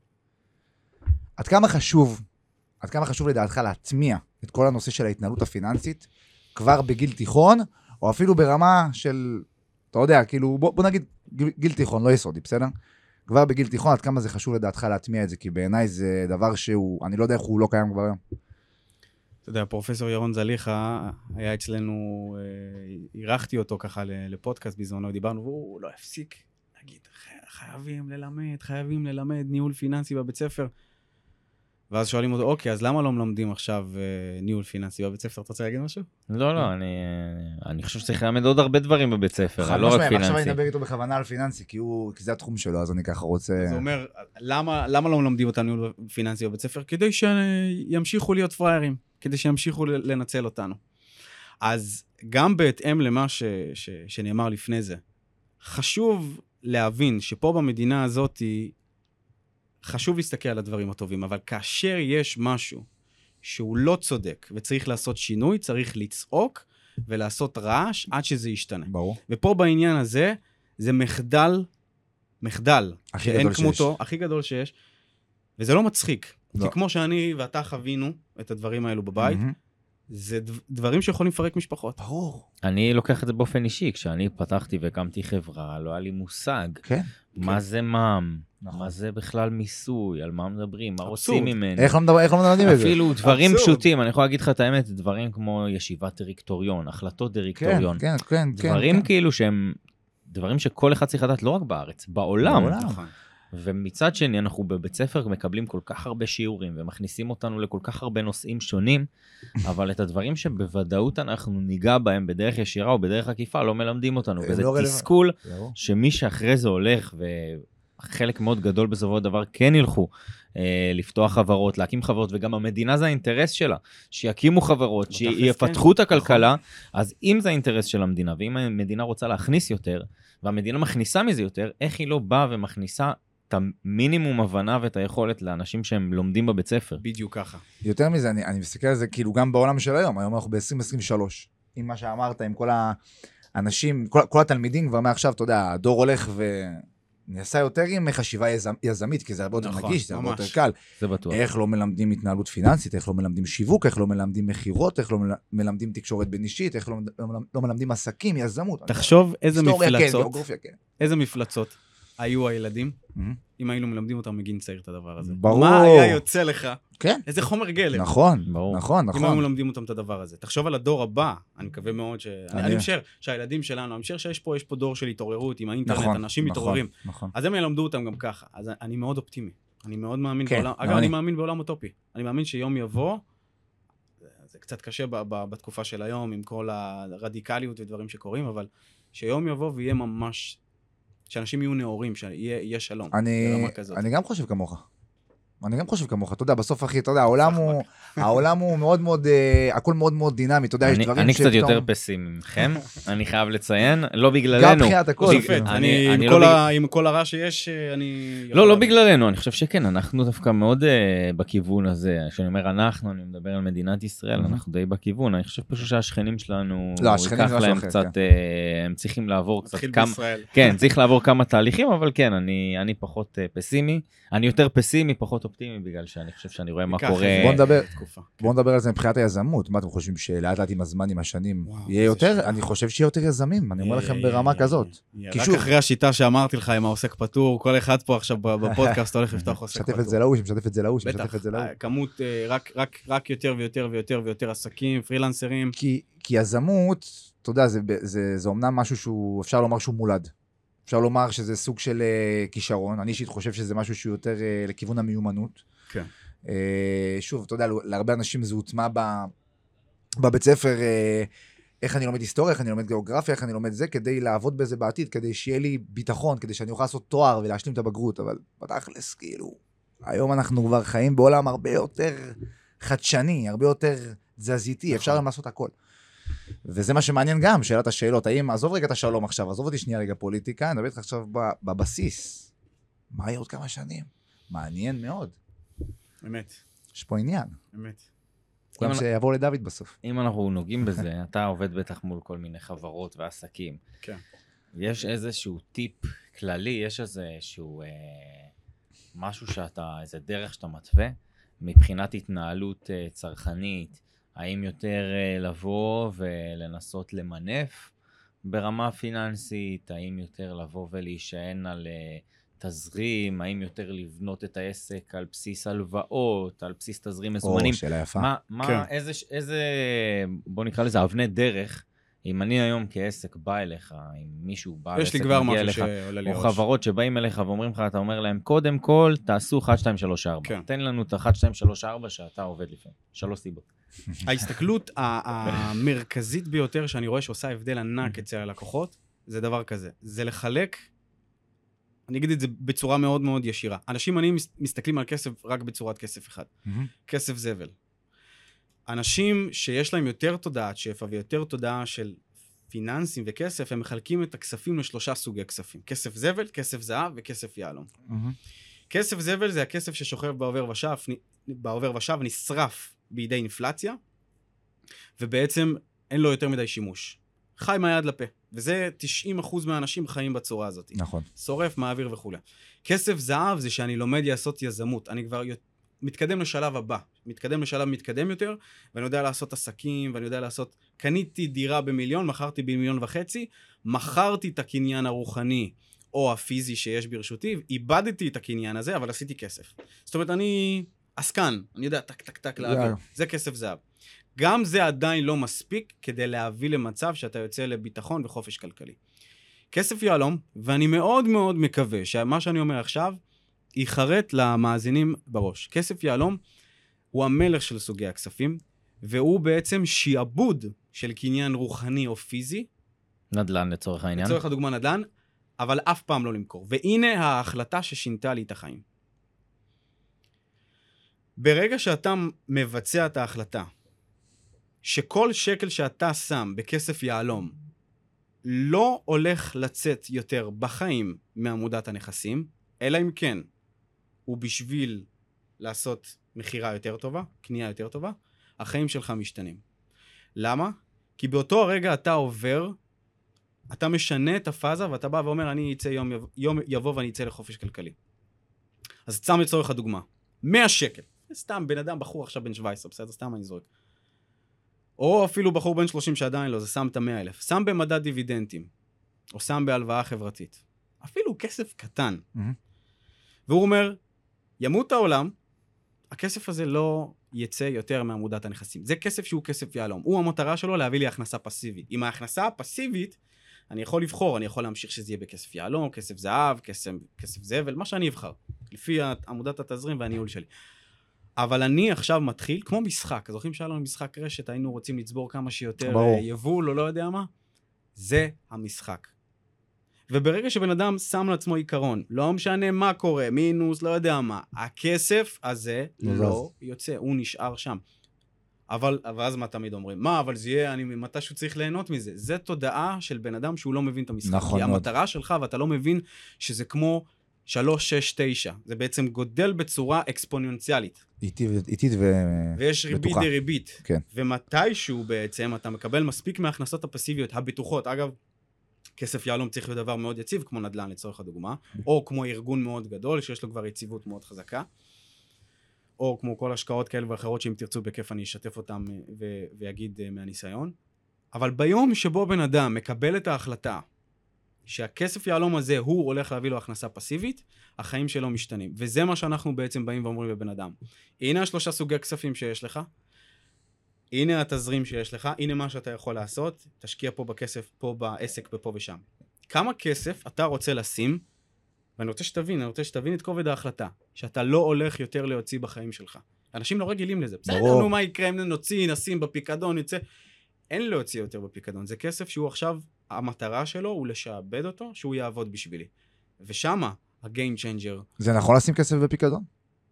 עד כמה חשוב, עד כמה חשוב לדעתך להטמיע את כל הנושא של ההתנהלות הפיננסית, כבר בגיל תיכון, או אפילו ברמה של, אתה יודע, כאילו, בוא, בוא נגיד גיל תיכון, לא יסודי, בסדר? כבר בגיל תיכון, עד כמה זה חשוב לדעתך להטמיע את זה, כי בעיניי זה דבר שהוא, אני לא יודע איך הוא לא קיים כבר היום. אתה יודע, פרופסור ירון זליכה היה אצלנו, אירחתי אותו ככה לפודקאסט בזמנו, דיברנו, והוא לא הפסיק להגיד, חייבים ללמד, חייבים ללמד ניהול פיננסי בבית ספר. ואז שואלים אותו, אוקיי, אז למה לא מלמדים עכשיו ניהול פיננסי בבית ספר? אתה רוצה להגיד משהו? לא, לא, אני, אני חושב שצריך ללמד עוד הרבה דברים בבית ספר, לא רק פיננסי. עכשיו אני אדבר איתו בכוונה על פיננסי, כי, הוא, כי זה התחום שלו, אז אני ככה רוצה... זה אומר, למה, למה לא מלמדים אותנו ניהול פיננסי בבית ספר? כדי שימשיכו להיות פריירים, כדי שימשיכו לנצל אותנו. אז גם בהתאם למה ש, ש, שנאמר לפני זה, חשוב להבין שפה במדינה הזאת חשוב להסתכל על הדברים הטובים, אבל כאשר יש משהו שהוא לא צודק וצריך לעשות שינוי, צריך לצעוק ולעשות רעש עד שזה ישתנה. ברור. ופה בעניין הזה, זה מחדל, מחדל, שאין כמותו, הכי גדול שיש, וזה לא מצחיק. לא. כי כמו שאני ואתה חווינו את הדברים האלו בבית, mm-hmm. זה דברים שיכולים לפרק משפחות. ברור. אני לוקח את זה באופן אישי, כשאני פתחתי והקמתי חברה, לא היה לי מושג. כן. מה כן. זה מע"מ? נכון. מה זה בכלל מיסוי? על מה מדברים? מה רוצים ממנו? איך לא מדברים את זה? אפילו דברים פשוטים, אני יכול להגיד לך את האמת, דברים כמו ישיבת דירקטוריון, החלטות דירקטוריון. כן, כן, כן. דברים כאילו שהם, דברים שכל אחד צריך לדעת לא רק בארץ, בעולם. נכון. ומצד שני, אנחנו בבית ספר מקבלים כל כך הרבה שיעורים, ומכניסים אותנו לכל כך הרבה נושאים שונים, אבל את הדברים שבוודאות אנחנו ניגע בהם בדרך ישירה או בדרך עקיפה, לא מלמדים אותנו. וזה תסכול שמי שאחרי זה הולך, וחלק מאוד גדול בסופו של דבר כן ילכו לפתוח חברות, להקים חברות, וגם המדינה זה האינטרס שלה, שיקימו חברות, שיפתחו את הכלכלה, אז אם זה האינטרס של המדינה, ואם המדינה רוצה להכניס יותר, והמדינה מכניסה מזה יותר, איך היא לא באה ומכניסה את המינימום הבנה ואת היכולת לאנשים שהם לומדים בבית ספר. בדיוק ככה. יותר מזה, אני, אני מסתכל על זה כאילו גם בעולם של היום, היום אנחנו ב-עשרים עשרים ושלוש. עם מה שאמרת, עם כל האנשים, כל, כל התלמידים כבר מעכשיו, אתה יודע, הדור הולך ונעשה יותר עם חשיבה יזמ, יזמית, כי זה הרבה יותר נכון, נגיש, זה הרבה יותר קל. זה בטוח. איך לא מלמדים התנהלות פיננסית, איך לא מלמדים שיווק, איך לא מלמדים מחירות, איך לא מלמדים תקשורת בין אישית, איך לא, לא מלמדים עסקים, יזמות. תחשוב איזה מפלצות, כן, גיאוגרפיה, כן. איזה מפלצות היו הילדים, mm-hmm. אם היינו מלמדים אותם מגיל צעיר את הדבר הזה. ברור. מה היה יוצא לך? כן. איזה חומר גלם. נכון, ברור. נכון, נכון. אם היינו מלמדים אותם את הדבר הזה. תחשוב על הדור הבא, אני מקווה מאוד ש... אני, אני משער שהילדים שלנו, אני משער שיש פה, יש פה דור של התעוררות עם האינטרנט, נכון, אנשים נכון, מתעוררים. נכון. אז הם ילמדו אותם גם ככה. אז אני מאוד אופטימי. אני מאוד מאמין כן, בעולם, אגב, אני מאמין בעולם אוטופי. אני מאמין שיום יבוא, זה קצת קשה ב- ב- בתקופה של היום, עם כל הרדיקליות ודברים שקורים, אבל שיום יבוא ויהיה ממש שאנשים יהיו נאורים, שיהיה שלום. אני, אני גם חושב כמוך. אני גם חושב כמוך, אתה יודע, בסוף אחי, אתה יודע, העולם הוא, העולם הוא מאוד מאוד, הכל מאוד מאוד דינמי, אתה יודע, יש דברים אני קצת יותר פסימי מכם, אני חייב לציין, לא בגללנו. גם בחיית הכל. עם כל הרע שיש, אני... לא, לא בגללנו, אני חושב שכן, אנחנו דווקא מאוד בכיוון הזה, כשאני אומר אנחנו, אני מדבר על מדינת ישראל, אנחנו די בכיוון, אני חושב פשוט שהשכנים שלנו, ייקח להם קצת, הם צריכים לעבור קצת כמה... כן, צריך לעבור כמה תהליכים, אבל כן, אני פחות פסימי, אני יותר פסימי, פחות אופטימי, בגלל שאני חושב שאני רואה מה קורה. בוא נדבר, בוא נדבר על זה מבחינת היזמות. מה אתם חושבים שלאט לאט עם הזמן, עם השנים, יהיה יותר? אני חושב שיהיה יותר יזמים, אני אומר לכם ברמה כזאת. רק אחרי השיטה שאמרתי לך עם העוסק פטור, כל אחד פה עכשיו בפודקאסט הולך לפתוח עוסק פטור. משתף את זה להוא, משתף את זה להוא, משתף את זה להוא. כמות, רק יותר ויותר ויותר ויותר עסקים, פרילנסרים. כי יזמות, אתה יודע, זה אומנם משהו שהוא, אפשר לומר שהוא מולד. אפשר לומר שזה סוג של כישרון, אני אישית חושב שזה משהו שהוא יותר לכיוון המיומנות. כן. שוב, אתה יודע, להרבה אנשים זה הוטמע בבית ספר, איך אני לומד היסטוריה, איך אני לומד גיאוגרפיה, איך אני לומד זה, כדי לעבוד בזה בעתיד, כדי שיהיה לי ביטחון, כדי שאני אוכל לעשות תואר ולהשלים את הבגרות, אבל בתכלס, כאילו, היום אנחנו כבר חיים בעולם הרבה יותר חדשני, הרבה יותר תזזיתי, אפשר גם לעשות הכל. וזה מה שמעניין גם, שאלת השאלות, האם, עזוב רגע את השלום עכשיו, עזוב אותי שנייה רגע פוליטיקה, אני מדבר איתך עכשיו בבסיס, מה יהיה עוד כמה שנים? מעניין מאוד. אמת. יש פה עניין. אמת. כולם שיעבור לדוד בסוף. אם אנחנו נוגעים בזה, אתה עובד בטח מול כל מיני חברות ועסקים. כן. יש איזשהו טיפ כללי, יש איזשהו משהו שאתה, איזה דרך שאתה מתווה, מבחינת התנהלות צרכנית, האם יותר לבוא ולנסות למנף ברמה פיננסית, האם יותר לבוא ולהישען על תזרים, האם יותר לבנות את העסק על בסיס הלוואות, על בסיס תזרים מזומנים. או, שאלה יפה. מה, מה, כן. איזה, איזה, בוא נקרא לזה, אבני דרך, אם אני היום כעסק בא אליך, אם מישהו בא לעסק מגיע אליך, או חברות שבאים אליך ואומרים לך, אתה אומר להם, קודם כל, תעשו אחת, שתיים, שלוש, ארבע. כן. תן לנו את אחת, שתיים, שלוש, ארבע שאתה עובד לפעמים. שלוש סיבות. ההסתכלות המרכזית ביותר שאני רואה שעושה הבדל ענק אצל הלקוחות, זה דבר כזה. זה לחלק, אני אגיד את זה בצורה מאוד מאוד ישירה. אנשים עניים מסתכלים על כסף רק בצורת כסף אחד. כסף זבל. אנשים שיש להם יותר תודעת שפע ויותר תודעה של פיננסים וכסף, הם מחלקים את הכספים לשלושה סוגי כספים. כסף זבל, כסף זהב וכסף יעלום. כסף זבל זה הכסף ששוכב בעובר ושב, בעובר ושב נשרף בידי אינפלציה, ובעצם אין לו יותר מדי שימוש. חי מהיד לפה. וזה תשעים אחוז מהאנשים חיים בצורה הזאת. נכון. שורף, מעביר וכו'. כסף זהב זה שאני לומד לעשות יזמות. אני כבר מתקדם לשלב הבא. מתקדם לשלב מתקדם יותר, ואני יודע לעשות עסקים, ואני יודע לעשות... קניתי דירה במיליון, מכרתי במיליון וחצי, מכרתי את הקניין הרוחני או הפיזי שיש ברשותי, איבדתי את הקניין הזה, אבל עשיתי כסף. זאת אומרת, אני עסקן, אני יודע, טק, טק, טק, להעביר. זה כסף זהב. גם זה עדיין לא מספיק כדי להביא למצב שאתה יוצא לביטחון וחופש כלכלי. כסף יעלום, ואני מאוד מאוד מקווה שמה שאני אומר עכשיו, ייחרט למאזינים בראש. כסף יעלום הוא המלך של סוגי הכספים, והוא בעצם שיעבוד של קניין רוחני או פיזי. נדל"ן לצורך העניין. לצורך הדוגמה נדל"ן, אבל אף פעם לא למכור. והנה ההחלטה ששינתה לי את החיים. ברגע שאתה מבצע את ההחלטה, שכל שקל שאתה שם בכסף יעלום, לא הולך לצאת יותר בחיים מעמודת הנכסים, אלא אם כן, הוא בשביל לעשות מחירה יותר טובה, קנייה יותר טובה, החיים שלך משתנים. למה? כי באותו הרגע אתה עובר, אתה משנה את הפאזה, ואתה בא ואומר, אני אצא יום, יום יבוא ואני אצא לחופש כלכלי. אז סתם לצורך הדוגמה, מאה שקל. סתם בן אדם, בחור עכשיו בן שבע עשרה, בסדר, סתם אני זורק. או אפילו בחור בן שלושים שעדיין לא, זה שם את המאה אלף. שם במדד דיבידנטים, או שם בהלוואה חברתית. אפילו כסף קטן. Mm-hmm. והוא אומר, ימות העולם, הכסף הזה לא יצא יותר מעמודת הנכסים. זה כסף שהוא כסף יעלום. הוא המטרה שלו להביא לי הכנסה פסיבית. עם ההכנסה הפסיבית, אני יכול לבחור, אני יכול להמשיך שזה יהיה בכסף יעלום, כסף זהב, כסף, כסף זבל, מה שאני אבחר. לפי עמודת התזרים והניהול שלי. אבל אני עכשיו מתחיל, כמו משחק, זוכרים שהיה לנו משחק רשת, היינו רוצים לצבור כמה שיותר ברור. יבול או לא יודע מה? זה המשחק. וברגע שבן אדם שם לעצמו עיקרון, לא משנה מה קורה, מינוס, לא יודע מה, הכסף הזה לא יוצא, הוא נשאר שם. אבל, ואז מה תמיד אומרים? מה, אבל זה יהיה, אני מתישהו צריך ליהנות מזה. זה תודעה של בן אדם שהוא לא מבין את המשחק. נכון כי מאוד. המטרה שלך, ואתה לא מבין שזה כמו שלוש, שש, תשע. זה בעצם גודל בצורה אקספוננציאלית. איטית ו... ויש ריבית דריבית. כן. ומתישהו בעצם אתה מקבל מספיק מההכנסות הפסיביות, הבטוחות. אגב, כסף יהלום צריך להיות דבר מאוד יציב, כמו נדל"ן לצורך הדוגמה, או כמו ארגון מאוד גדול, שיש לו כבר יציבות מאוד חזקה. או כמו כל השקעות כאלה ואחרות שאם תרצו בכיף אני אשתף אותם ו- ויגיד מהניסיון. אבל ביום שבו בן אדם מקבל את ההחלטה שהכסף יהלום הזה הוא הולך להביא לו הכנסה פסיבית, החיים שלו משתנים. וזה מה שאנחנו בעצם באים ואומרים לבן אדם. הנה השלושה סוגי כספים שיש לך, הנה התזרים שיש לך, הנה מה שאתה יכול לעשות, תשקיע פה בכסף, פה בעסק ופה ושם. כמה כסף אתה רוצה לשים, ואני רוצה שתבין, אני רוצה שתבין את כובד ההחלטה, שאתה לא הולך יותר להוציא בחיים שלך. אנשים לא רגילים לזה. בסדר, נו, מה יקרה אם נוציא, נשים בפיקדון, יצא. אין להוציא יותר בפיקדון. זה כסף שהוא עכשיו, המטרה שלו הוא לשעבד אותו, שהוא יעבוד בשבילי. ושמה, ה-game changer. זה נכון לשים כסף בפיקדון?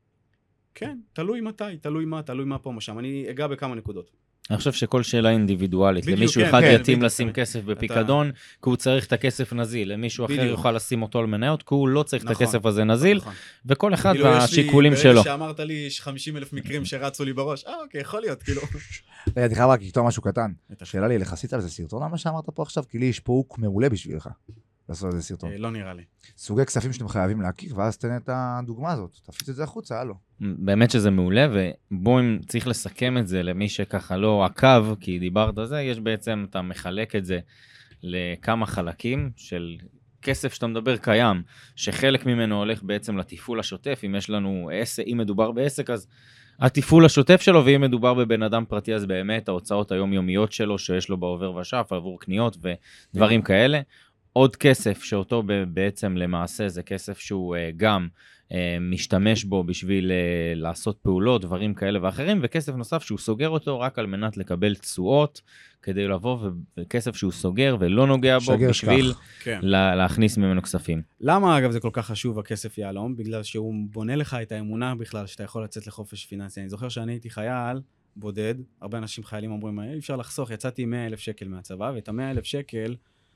כן, תלוי מתי, תלוי מה, תלוי מה פה, מה שם. אני אגע בכמה נקודות. אני חושב שכל שאלה אינדיבידואלית, בדיוק, למישהו כן, אחד כן, יתאים בדיוק, לשים אתה- כסף בפיקדון, כי הוא צריך את הכסף נזיל, למישהו אחר בדיוק. יוכל לשים אותו על מניות, כי הוא לא צריך את נכון, הכסף הזה נזיל, נכון. וכל אחד כאילו, יש לי- והשיקולים ברגע שלו. שאמרת לי, יש חמישים אלף מקרים שרצו לי בראש, אה, אוקיי, יכול להיות, כאילו. רגע, אני חייב רק לכתוב משהו קטן. בטח. שאלה לי, לך עשית על זה סרטון, מה שאמרת פה עכשיו? כי לי יש פה הוק מעולה בשבילך. לעשות על זה סרטון. אה, לא נראה לי. סוגי כספים שאתם חייבים להכיר, ואז תן את הדוגמה הזאת. תפיץ את זה החוצה, הלו. באמת שזה מעולה, ובואו אם צריך לסכם את זה למי שככה לא עקב, כי דיברת על זה, יש בעצם, אתה מחלק את זה לכמה חלקים של כסף שאתה מדבר קיים, שחלק ממנו הולך בעצם לתפעול השוטף, אם יש לנו עסק, אם מדובר בעסק, אז התפעול השוטף שלו, ואם מדובר בבן אדם פרטי, אז באמת ההוצאות היומיומיות שלו, שיש לו בעובר ושף, עבור קניות ודברים כאלה. עוד כסף שאותו בעצם למעשה זה כסף שהוא גם משתמש בו בשביל לעשות פעולות, דברים כאלה ואחרים, וכסף נוסף שהוא סוגר אותו רק על מנת לקבל תשואות, כדי לבוא, וכסף שהוא סוגר ולא נוגע בו בשביל כן. להכניס ממנו כספים. למה אגב זה כל כך חשוב הכסף יהלום? בגלל שהוא בונה לך את האמונה בכלל שאתה יכול לצאת לחופש פיננסי. אני זוכר שאני הייתי חייל בודד, הרבה אנשים חיילים אומרים, אי אפשר לחסוך, יצאתי מאה אלף שקל מהצבא, ואת ה-מאה אלף שקל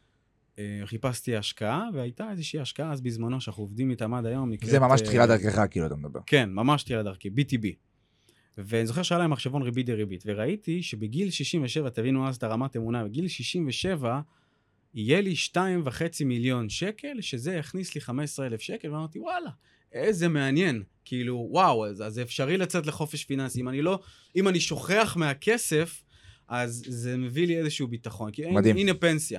חיפשתי השקעה, והייתה איזושהי השקעה אז בזמנו שאנחנו עובדים איתם עד היום. זה ממש תחילת דרכך, כאילו אתה מדבר. כן, ממש תחילת דרכי, בי טי בי. ואני זוכר שהיה להם מחשבון ריבית דריבית, וראיתי שבגיל שישים ושבע, תבינו אז את הרמת אמונה, בגיל שישים ושבע, יהיה לי שתיים וחצי מיליון שקל, שזה יכניס לי חמישה עשר אלף שקל, ואמרתי, וואלה, איזה מעניין. כאילו, וואו, אז זה אפשרי לצאת לחופש פיננסי. אם אני לא, אם אני שוכח מהכסף, אז זה מביא לי איזשהו ביטחון. כי מדהים. הנה פנסיה.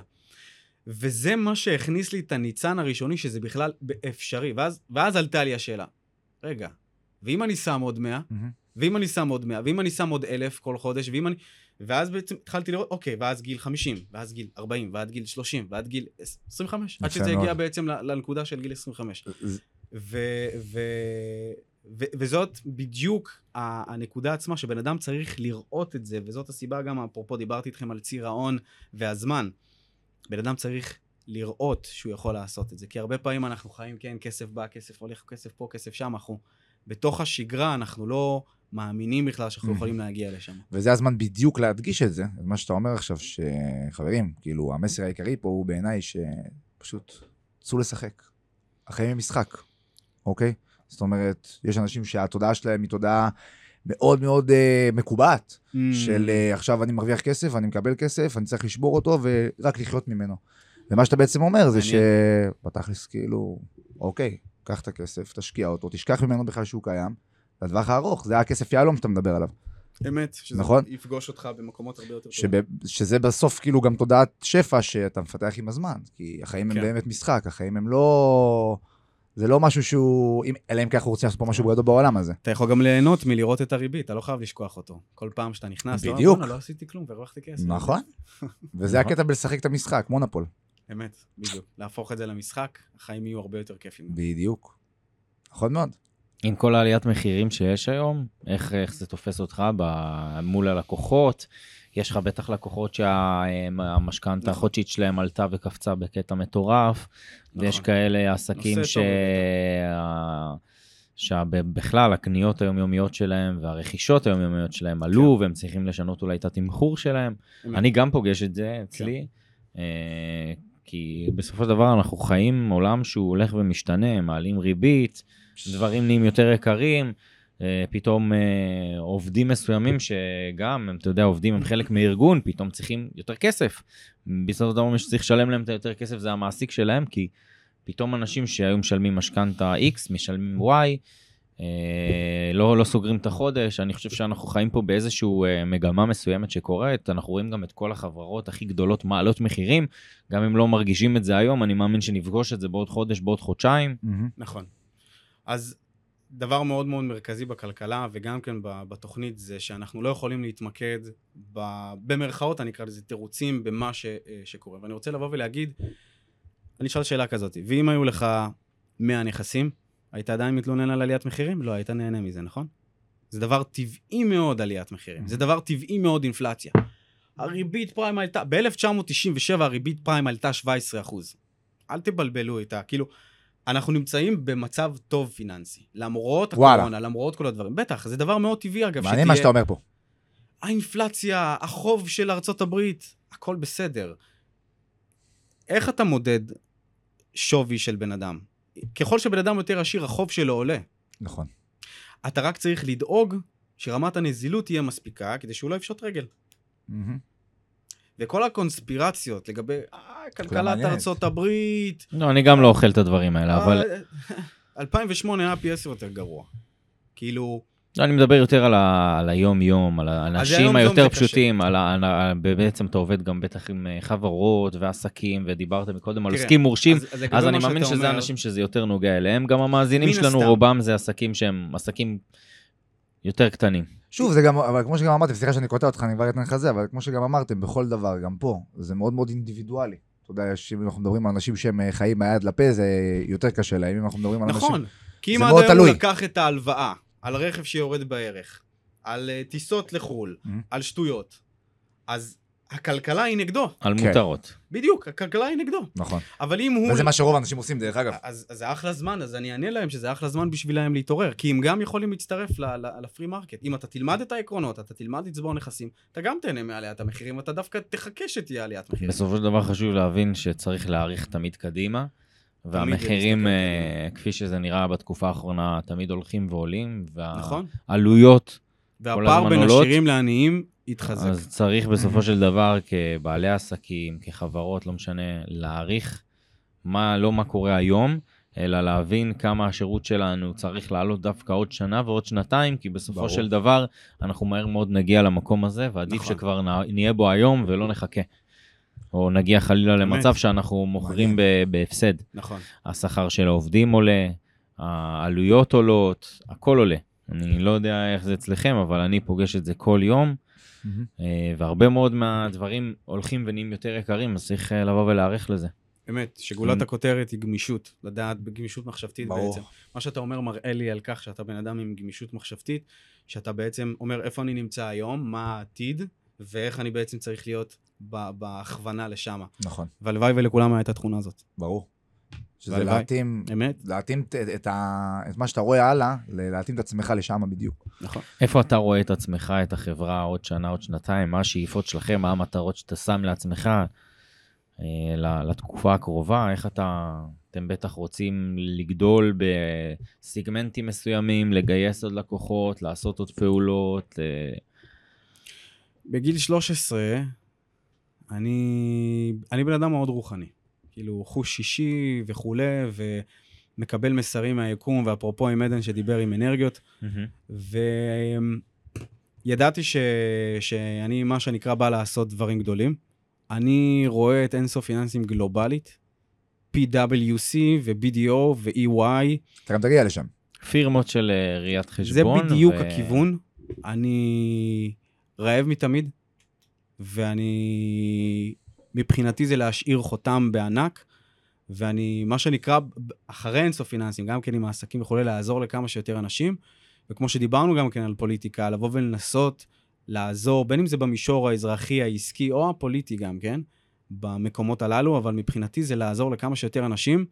וזה מה שהכניס לי את הניצן הראשוני, שזה בכלל אפשרי. ואז, ואז עלתה לי השאלה, רגע, ואם אני שם עוד מאה, Mm-hmm. ואם אני שם עוד מאה, ואם אני שם עוד אלף כל חודש, ואם אני... ואז בעצם התחלתי לראות, אוקיי, ואז גיל חמישים, ואז גיל ארבעים, ועד גיל שלושים, ועד גיל עשרים וחמש, עד שזה הגיע בעצם לנקודה של גיל עשרים וחמש. ו... ו... ו... וזאת בדיוק הנקודה עצמה, שבן אדם צריך לראות את זה, וזאת הסיבה גם, אפרופו דיברתי איתכם על ציר ההון והזמן. בן אדם צריך לראות שהוא יכול לעשות את זה, כי הרבה פעמים אנחנו חיים, כן, כסף בא, כסף הולך, כסף פה, כסף שם, אנחנו בתוך השגרה, אנחנו לא מאמינים בכלל שאנחנו יכולים להגיע לשם. וזה הזמן בדיוק להדגיש את זה, מה שאתה אומר עכשיו, שחברים, כאילו, המסר העיקרי פה הוא בעיניי שפשוט צאו לשחק. החיים הם משחק, אוקיי? זאת אומרת, יש אנשים שהתודעה שלהם היא תודעה מאוד מאוד uh, מקובעת, mm. של uh, עכשיו אני מרוויח כסף, אני מקבל כסף, אני צריך לשבור אותו ורק לחיות ממנו. ומה שאתה בעצם אומר זה שבתכלס כאילו, אוקיי, קח את הכסף, תשקיע אותו, תשכח ממנו בכלל שהוא קיים, לטווח הארוך, זה הכסף יהלום שאתה מדבר עליו. אמת, שזה נכון? יפגוש אותך במקומות הרבה יותר שב, שזה בסוף כאילו גם תודעת שפע שאתה מפתח עם הזמן, כי החיים כן. הם באמת משחק, החיים הם לא... זה לא משהו שהוא, אלא אם כך הוא רוצה לעשות פה משהו גדול בעולם הזה. אתה יכול גם ליהנות מלראות את הריבית, אתה לא חייב לשכוח אותו. כל פעם שאתה נכנס, בדיוק. לא, לא עשיתי כלום והרווחתי כסף. נכון. וזה הקטע בלשחק את המשחק, מונופול. אמת, בדיוק. להפוך את זה למשחק, החיים יהיו הרבה יותר כיפים. בדיוק. נכון מאוד. עם כל העליית מחירים שיש היום, איך, איך זה תופס אותך מול הלקוחות? יש לך בטח לקוחות שהמשכנתא החודשית שלהם עלתה וקפצה בקטע מטורף, נכון. ויש כאלה עסקים ש... שבכלל הקניות היומיומיות שלהם והרכישות היומיומיות שלהם עלו, כן. והם צריכים לשנות אולי את התמחור שלהם. כן. אני גם פוגש את זה אצלי, כן. כי בסופו של דבר אנחנו חיים עולם שהוא הולך ומשתנה, מעלים ריבית, דברים נהיים יותר יקרים, פתאום עובדים מסוימים שגם, אתה יודע, עובדים הם חלק מארגון, פתאום צריכים יותר כסף. בסופו של דבר מי שצריך לשלם להם את יותר כסף זה המעסיק שלהם, כי פתאום אנשים שהיום משלמים משכנתא X, משלמים Y, לא, לא סוגרים את החודש. אני חושב שאנחנו חיים פה באיזשהו מגמה מסוימת שקורית, אנחנו רואים גם את כל החברות הכי גדולות מעלות מחירים, גם אם לא מרגישים את זה היום, אני מאמין שנפגוש את זה בעוד חודש, בעוד חודשיים. נכון. אז דבר מאוד מאוד מרכזי בכלכלה, וגם כן בתוכנית, זה שאנחנו לא יכולים להתמקד במרכאות, אני אקרא לזה תירוצים, במה ש, שקורה. ואני רוצה לבוא ולהגיד, אני אשאל שאלה כזאת, ואם היו לך מאה נכסים, היית עדיין מתלונן על עליית מחירים? לא, היית נהנה מזה, נכון? זה דבר טבעי מאוד עליית מחירים, זה דבר טבעי מאוד אינפלציה. הריבית פריים עלתה, ב-אלף תשע מאות תשעים ושבע הריבית פריים עלתה שבע עשרה אחוז. אל תבלבלו איתה, כאילו, אנחנו נמצאים במצב טוב פיננסי, למרות הקורונה, למרות כל הדברים. בטח, זה דבר מאוד טבעי, אגב. מעניין מה שאתה אומר פה. האינפלציה, החוב של ארצות הברית, הכל בסדר. איך אתה מודד שווי של בן אדם? ככל שבן אדם יותר עשיר, החוב שלו עולה. נכון. אתה רק צריך לדאוג שרמת הנזילות תהיה מספיקה, כדי שהוא לא יפשוט רגל. וכל הקונספירציות לגבי כלכלת ארצות הברית... לא, אני גם לא אוכל את הדברים האלה, אבל... אלפיים ושמונה היה פי עשר יותר גרוע. כאילו... לא, אני מדבר יותר על, ה... על היום-יום, על האנשים היותר פשוטים, על ה... בעצם אתה עובד גם בטח עם חברות ועסקים, ודיברת מקודם על עסקים מורשים, אז, אז, אז אני מאמין שזה אומר... אנשים שזה יותר נוגע אליהם, גם המאזינים שלנו, הסתם. רובם זה עסקים שהם עסקים יותר קטנים. שוב, זה גם, אבל כמו שגם אמרתם, סליחה שאני קוטע אותך, אני כבר אתן לך זה, אבל כמו שגם אמרתם, בכל דבר, גם פה, זה מאוד מאוד אינדיבידואלי. אתה יודע, אם אנחנו מדברים על אנשים שהם חיים מהיד לפה, זה יותר קשה להם, אם אנחנו מדברים על אנשים... נכון, כי אם עד היום הוא לקח את ההלוואה, על רכב שיורד בערך, על טיסות לחול, על שטויות, אז הכלכלה היא נגדו. על מותרות. בדיוק, הכלכלה היא נגדו. נכון. אבל אם הוא... וזה מה שרוב האנשים עושים, דרך אגב. אז זה אחלה זמן, אז אני אענה להם שזה אחלה זמן בשבילהם להתעורר, כי הם גם יכולים להצטרף לפרי מרקט. אם אתה תלמד את העקרונות, אתה תלמד לצבור נכסים, אתה גם תהנה מעליית המחירים, אתה דווקא תחכה שתהיה עליית מחירים. בסופו של דבר חשוב להבין שצריך להאריך תמיד קדימה, והמחירים, כפי שזה נראה בתקופה האחרונה, תמיד הולכים ועולים, והעלויות, והפער בין עשירים לעניים יתחזק. אז צריך בסופו של דבר, כבעלי עסקים, כחברות, לא משנה, להעריך מה, לא מה קורה היום, אלא להבין כמה השירות שלנו צריך לעלות דווקא עוד שנה ועוד שנתיים, כי בסופו ברור. של דבר אנחנו מהר מאוד נגיע למקום הזה, ועדיף נכון. שכבר נהיה בו היום ולא נחכה. או נגיע חלילה באמת. למצב שאנחנו מוכרים בהפסד. נכון. השכר של העובדים עולה, העלויות עולות, הכל עולה. אני לא יודע איך זה אצלכם, אבל אני פוגש את זה כל יום, mm-hmm. והרבה מאוד מהדברים הולכים ונהיים יותר יקרים, אז צריך לבוא ולהערך לזה. באמת, שגולת הכותרת היא גמישות, לדעת בגמישות מחשבתית בעצם. מה שאתה אומר מראה לי על כך שאתה בן אדם עם גמישות מחשבתית, שאתה בעצם אומר איפה אני נמצא היום, מה העתיד, ואיך אני בעצם צריך להיות בהכוונה לשם. נכון. והלוואי ולכולם הייתה התכונה הזאת. ברור. שזה להתאים, להתאים את, ה, את מה שאתה רואה הלאה, להתאים את עצמך לשם בדיוק. נכון. איפה אתה רואה את עצמך, את החברה, עוד שנה, עוד שנתיים? מה השאיפות שלכם, מה המטרות שאתה שם לעצמך לתקופה הקרובה? איך אתה, אתם בטח רוצים לגדול בסיגמנטים מסוימים, לגייס עוד לקוחות, לעשות עוד פעולות? בגיל שלוש עשרה, אני, אני בן אדם מאוד רוחני. כאילו חוש שישי וכו', ומקבל מסרים מהיקום, ואפרופו עם עדן שדיבר עם אנרגיות, mm-hmm. וידעתי ש... שאני, מה שנקרא, בא לעשות דברים גדולים. אני רואה את אינסוף פיננסים גלובלית, פי דאבליו סי ו-בי די או ו-אי וואי. אתה גם תגיע לשם. פירמות של ראיית חשבון. זה בדיוק ו... הכיוון. אני רעב מתמיד, ואני... מבחינתי זה להשאיר חותם בענק, ואני, מה שנקרא, אחרי אינסוף פיננסים, גם כן עם העסקים יכולה לעזור לכמה שיותר אנשים, וכמו שדיברנו גם כן על פוליטיקה, לבוא ולנסות לעזור, בין אם זה במישור האזרחי, העסקי, או הפוליטי גם כן, במקומות הללו, אבל מבחינתי זה לעזור לכמה שיותר אנשים,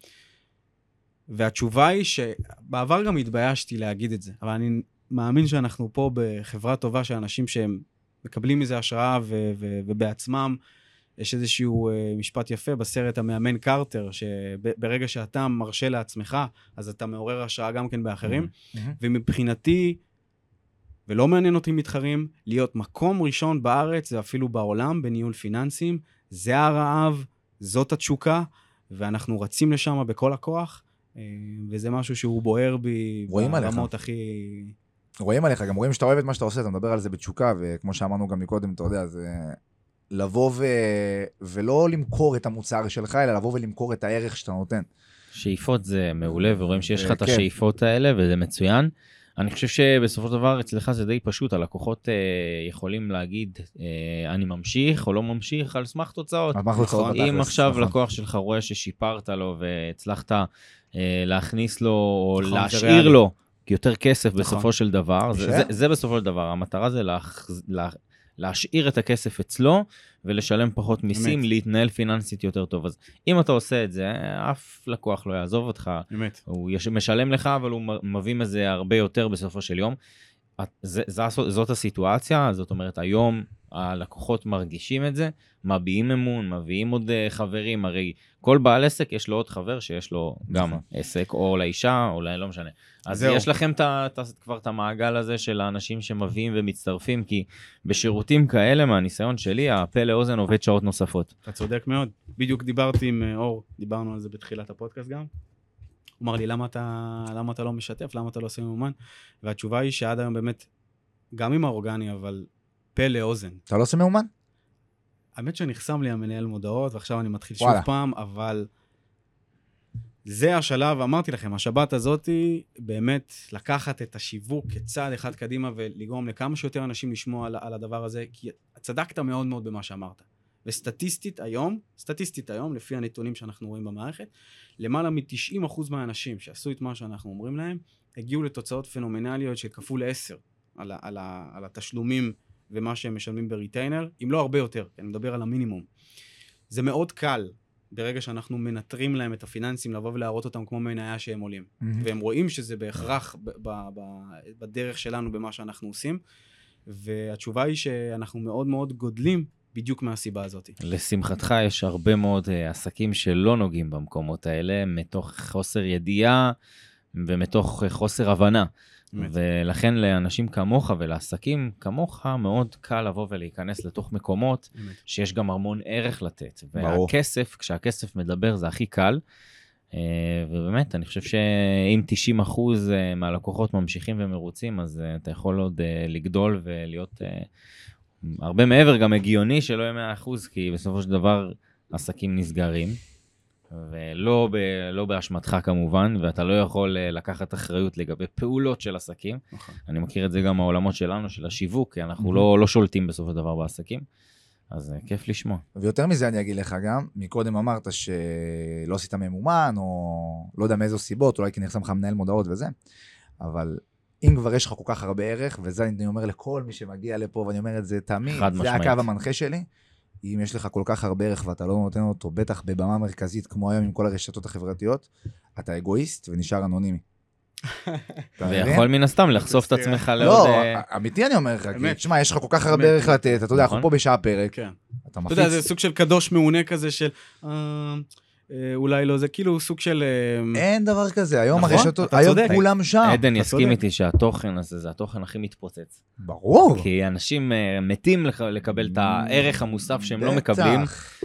והתשובה היא שבעבר גם התביישתי להגיד את זה, אבל אני מאמין שאנחנו פה בחברה טובה של אנשים שהם מקבלים מזה השראה ו- ו- ובעצמם, יש איזשהו משפט יפה בסרט המאמן קרטר, שברגע שאתה מרשה לעצמך, אז אתה מעורר השראה גם כן באחרים, mm-hmm. ומבחינתי, ולא מעניין אותי מתחרים, להיות מקום ראשון בארץ, ואפילו בעולם, בניהול פיננסים, זה הרעב, זאת התשוקה, ואנחנו רצים לשם בכל הכוח, וזה משהו שהוא בוער בי ברמות הכי... רואים עליך, גם רואים שאתה אוהב את מה שאתה עושה, אתה מדבר על זה בתשוקה, וכמו שאמרנו גם מקודם, אתה יודע, זה לבוא ו... ולא למכור את המוצר שלך, אלא לבוא ולמכור את הערך שאתה נותן. שאיפות זה מעולה, ורואים שיש לך את השאיפות האלה, וזה מצוין. אני חושב שבסופו של דבר אצלך זה די פשוט, הלקוחות אה, יכולים להגיד, אה, אני ממשיך או לא ממשיך על סמך תוצאות. נכון, אם עכשיו נכון. לקוח שלך רואה ששיפרת לו והצלחת אה, להכניס לו או נכון, להשאיר לו יותר כסף נכון. בסופו של דבר, זה, זה, זה בסופו של דבר, המטרה זה להח, לה, להשאיר את הכסף אצלו ולשלם פחות מיסים, באמת. להתנהל פיננסית יותר טוב. אז אם אתה עושה את זה, אף לקוח לא יעזוב אותך. באמת. הוא משלם לך, אבל הוא מביא מזה הרבה יותר בסופו של יום. זה, זה, זאת הסיטואציה, זאת אומרת, היום הלקוחות מרגישים את זה, מביאים אמון, מביאים עוד חברים, הרי כל בעל עסק יש לו עוד חבר שיש לו גם נכון. עסק, או לאישה, או לא משנה. אז זהו. יש לכם ת, ת, כבר את המעגל הזה של האנשים שמביאים ומצטרפים, כי בשירותים כאלה, מהניסיון שלי, הפה לאוזן עובד שעות נוספות. אתה צודק מאוד. בדיוק דיברתי עם אור, דיברנו על זה בתחילת הפודקאסט גם. הוא אמר לי, למה אתה, למה אתה לא משתף? למה אתה לא עושה מאומן? והתשובה היא שעד היום באמת, גם עם האורגני, אבל פה לאוזן. אתה לא עושה מאומן? האמת שנחסם לי המנהל מודעות, ועכשיו אני מתחיל וואלה. שוב פעם, אבל זה השלב, אמרתי לכם, השבת הזאת היא באמת לקחת את השיווק כצעד אחד קדימה, ולגרום לכמה שיותר אנשים לשמוע על, על הדבר הזה, כי צדקת מאוד מאוד במה שאמרת. וסטטיסטית היום, סטטיסטית היום, לפי הנתונים שאנחנו רואים במערכת, למעלה מ-תשעים אחוז מהאנשים שעשו את מה שאנחנו אומרים להם, הגיעו לתוצאות פנומנליות של כפול עשר על, על, על התשלומים ומה שהם משלמים בריטיינר, אם לא הרבה יותר, אני מדבר על המינימום. זה מאוד קל, ברגע שאנחנו מנטרים להם את הפיננסים, לבוא ולהראות אותם כמו מניה שהם עולים. Mm-hmm. והם רואים שזה בהכרח ב- ב- ב- בדרך שלנו במה שאנחנו עושים, והתשובה היא שאנחנו מאוד מאוד גודלים, בדיוק מהסיבה הזאת. לשמחתך יש הרבה מאוד uh, עסקים שלא נוגעים במקומות האלה, מתוך חוסר ידיעה ומתוך uh, חוסר הבנה. באמת. ולכן לאנשים כמוך ולעסקים כמוך מאוד קל לבוא ולהיכנס לתוך מקומות באמת. שיש גם המון ערך לתת. ברור. והכסף, כשהכסף מדבר זה הכי קל. Uh, ובאמת, אני חושב שאם תשעים אחוז uh, מהלקוחות ממשיכים ומרוצים, אז uh, אתה יכול עוד uh, לגדול ולהיות... Uh, הרבה מעבר, גם הגיוני שלא יהיה מאה אחוז, כי בסופו של דבר עסקים נסגרים, ולא ב, לא באשמתך כמובן, ואתה לא יכול לקחת אחריות לגבי פעולות של עסקים. נכון. אני מכיר את זה גם מהעולמות שלנו, של השיווק, כי אנחנו לא, לא שולטים בסופו של דבר בעסקים, אז כיף לשמוע. ויותר מזה אני אגיד לך גם, מקודם אמרת שלא עשית ממומן, או לא יודע מאיזו סיבות, אולי כי נחסם לך מנהל מודעות וזה, אבל... אם כבר יש לך כל כך הרבה ערך, וזה אני אומר לכל מי שמגיע לפה, ואני אומר את זה תמיד, זה הקו המנחה שלי, אם יש לך כל כך הרבה ערך, ואתה לא נותן אותו, בטח בבמה מרכזית, כמו היום עם כל הרשתות החברתיות, אתה אגואיסט ונשאר אנונימי. ויכול מן הסתם לחשוף את עצמך לעוד... לא, אמיתי אני אומר לך, כי תשמע, יש לך כל כך הרבה ערך לתת, אתה יודע, אנחנו פה בשעה פרק, אתה יודע, זה סוג של קדוש מעונה כזה של... אולי לא, זה כאילו סוג של... אין דבר כזה, היום הרשתות, היום כולם שם. עדן יסכים איתי שהתוכן הזה, זה התוכן הכי מתפוצץ. ברור. כי אנשים מתים לקבל את הערך המוסף שהם לא מקבלים,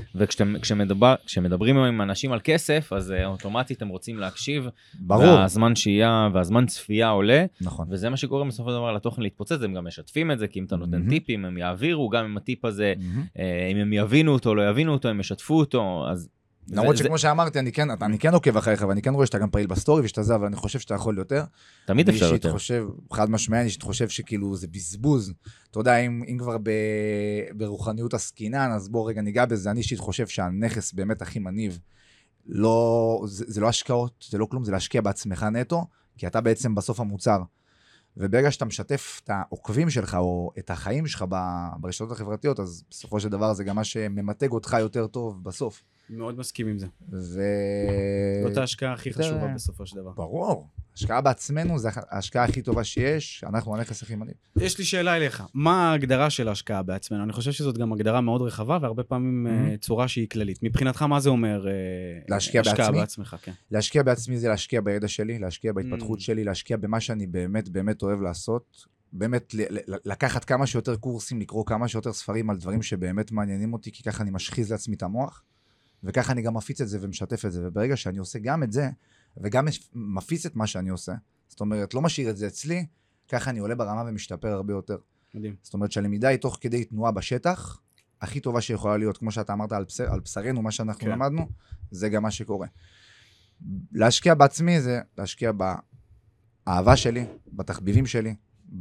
וכשמדברים עם אנשים על כסף, אז אוטומטית הם רוצים להקשיב, והזמן שהייה והזמן צפייה עולה, וזה מה שקורה בסופו של דבר לתוכן להתפוצץ, הם גם משתפים את זה, כי אם אתה נותן טיפים, הם יעבירו, גם אם הטיפ הזה, אם הם יבינו אותו, לא יבינו אותו, הם ישתפו אותו, אז למרות שכמו שאמרתי, אני כן, אני כן עוקב אחריך, ואני כן רואה שאתה גם פעיל בסטורי ושאתה זה, אבל אני חושב שאתה יכול יותר. תמיד אפשר יותר. אני חושב, חד משמעי, אני חושב שכאילו זה בזבוז. אתה יודע, אם, אם כבר ב, ברוחניות הסקינן, אז בוא רגע ניגע בזה, אני אישית חושב שהנכס באמת הכי מניב לא, זה, זה לא השקעות, זה לא כלום, זה להשקיע בעצמך נטו, כי אתה בעצם בסוף המוצר. וברגע שאתה משתף את העוקבים שלך, או את החיים שלך ברשתות החברתיות, אז בסופו של דבר זה גם מה שממתג אותך יותר טוב בסוף. מאוד מסכים עם זה. ו... זאת ההשקעה הכי חשובה בסופו של דבר. ברור. השקעה בעצמנו זה ההשקעה הכי טובה שיש, אנחנו הנכס הכי מדהים. יש לי שאלה אליך, מה ההגדרה של ההשקעה בעצמנו? אני חושב שזאת גם הגדרה מאוד רחבה, והרבה פעמים צורה שהיא כללית. מבחינתך, מה זה אומר להשקיע בעצמי? בעצמך, כן. להשקיע בעצמי זה להשקיע בידע שלי, להשקיע בהתפתחות שלי, להשקיע במה שאני באמת באמת אוהב לעשות, באמת לקחת כמה שיותר קורסים, לקרוא כמה שיותר ספרים על דברים שבאמת מעניינים אותי, כי ככה אני משחיז לעצמי את המוח, וככה אני גם מפיץ את זה ומשתף את זה, וברגע שאני עושה גם את זה, וגם מפיץ את מה שאני עושה, זאת אומרת, לא משאיר את זה אצלי, ככה אני עולה ברמה ומשתפר הרבה יותר. מדהים. זאת אומרת שהלמידה היא תוך כדי תנועה בשטח, הכי טובה שיכולה להיות, כמו שאתה אמרת על, בשר, על בשרנו, מה שאנחנו כן. למדנו, זה גם מה שקורה. להשקיע בעצמי זה להשקיע באהבה שלי, בתחביבים שלי,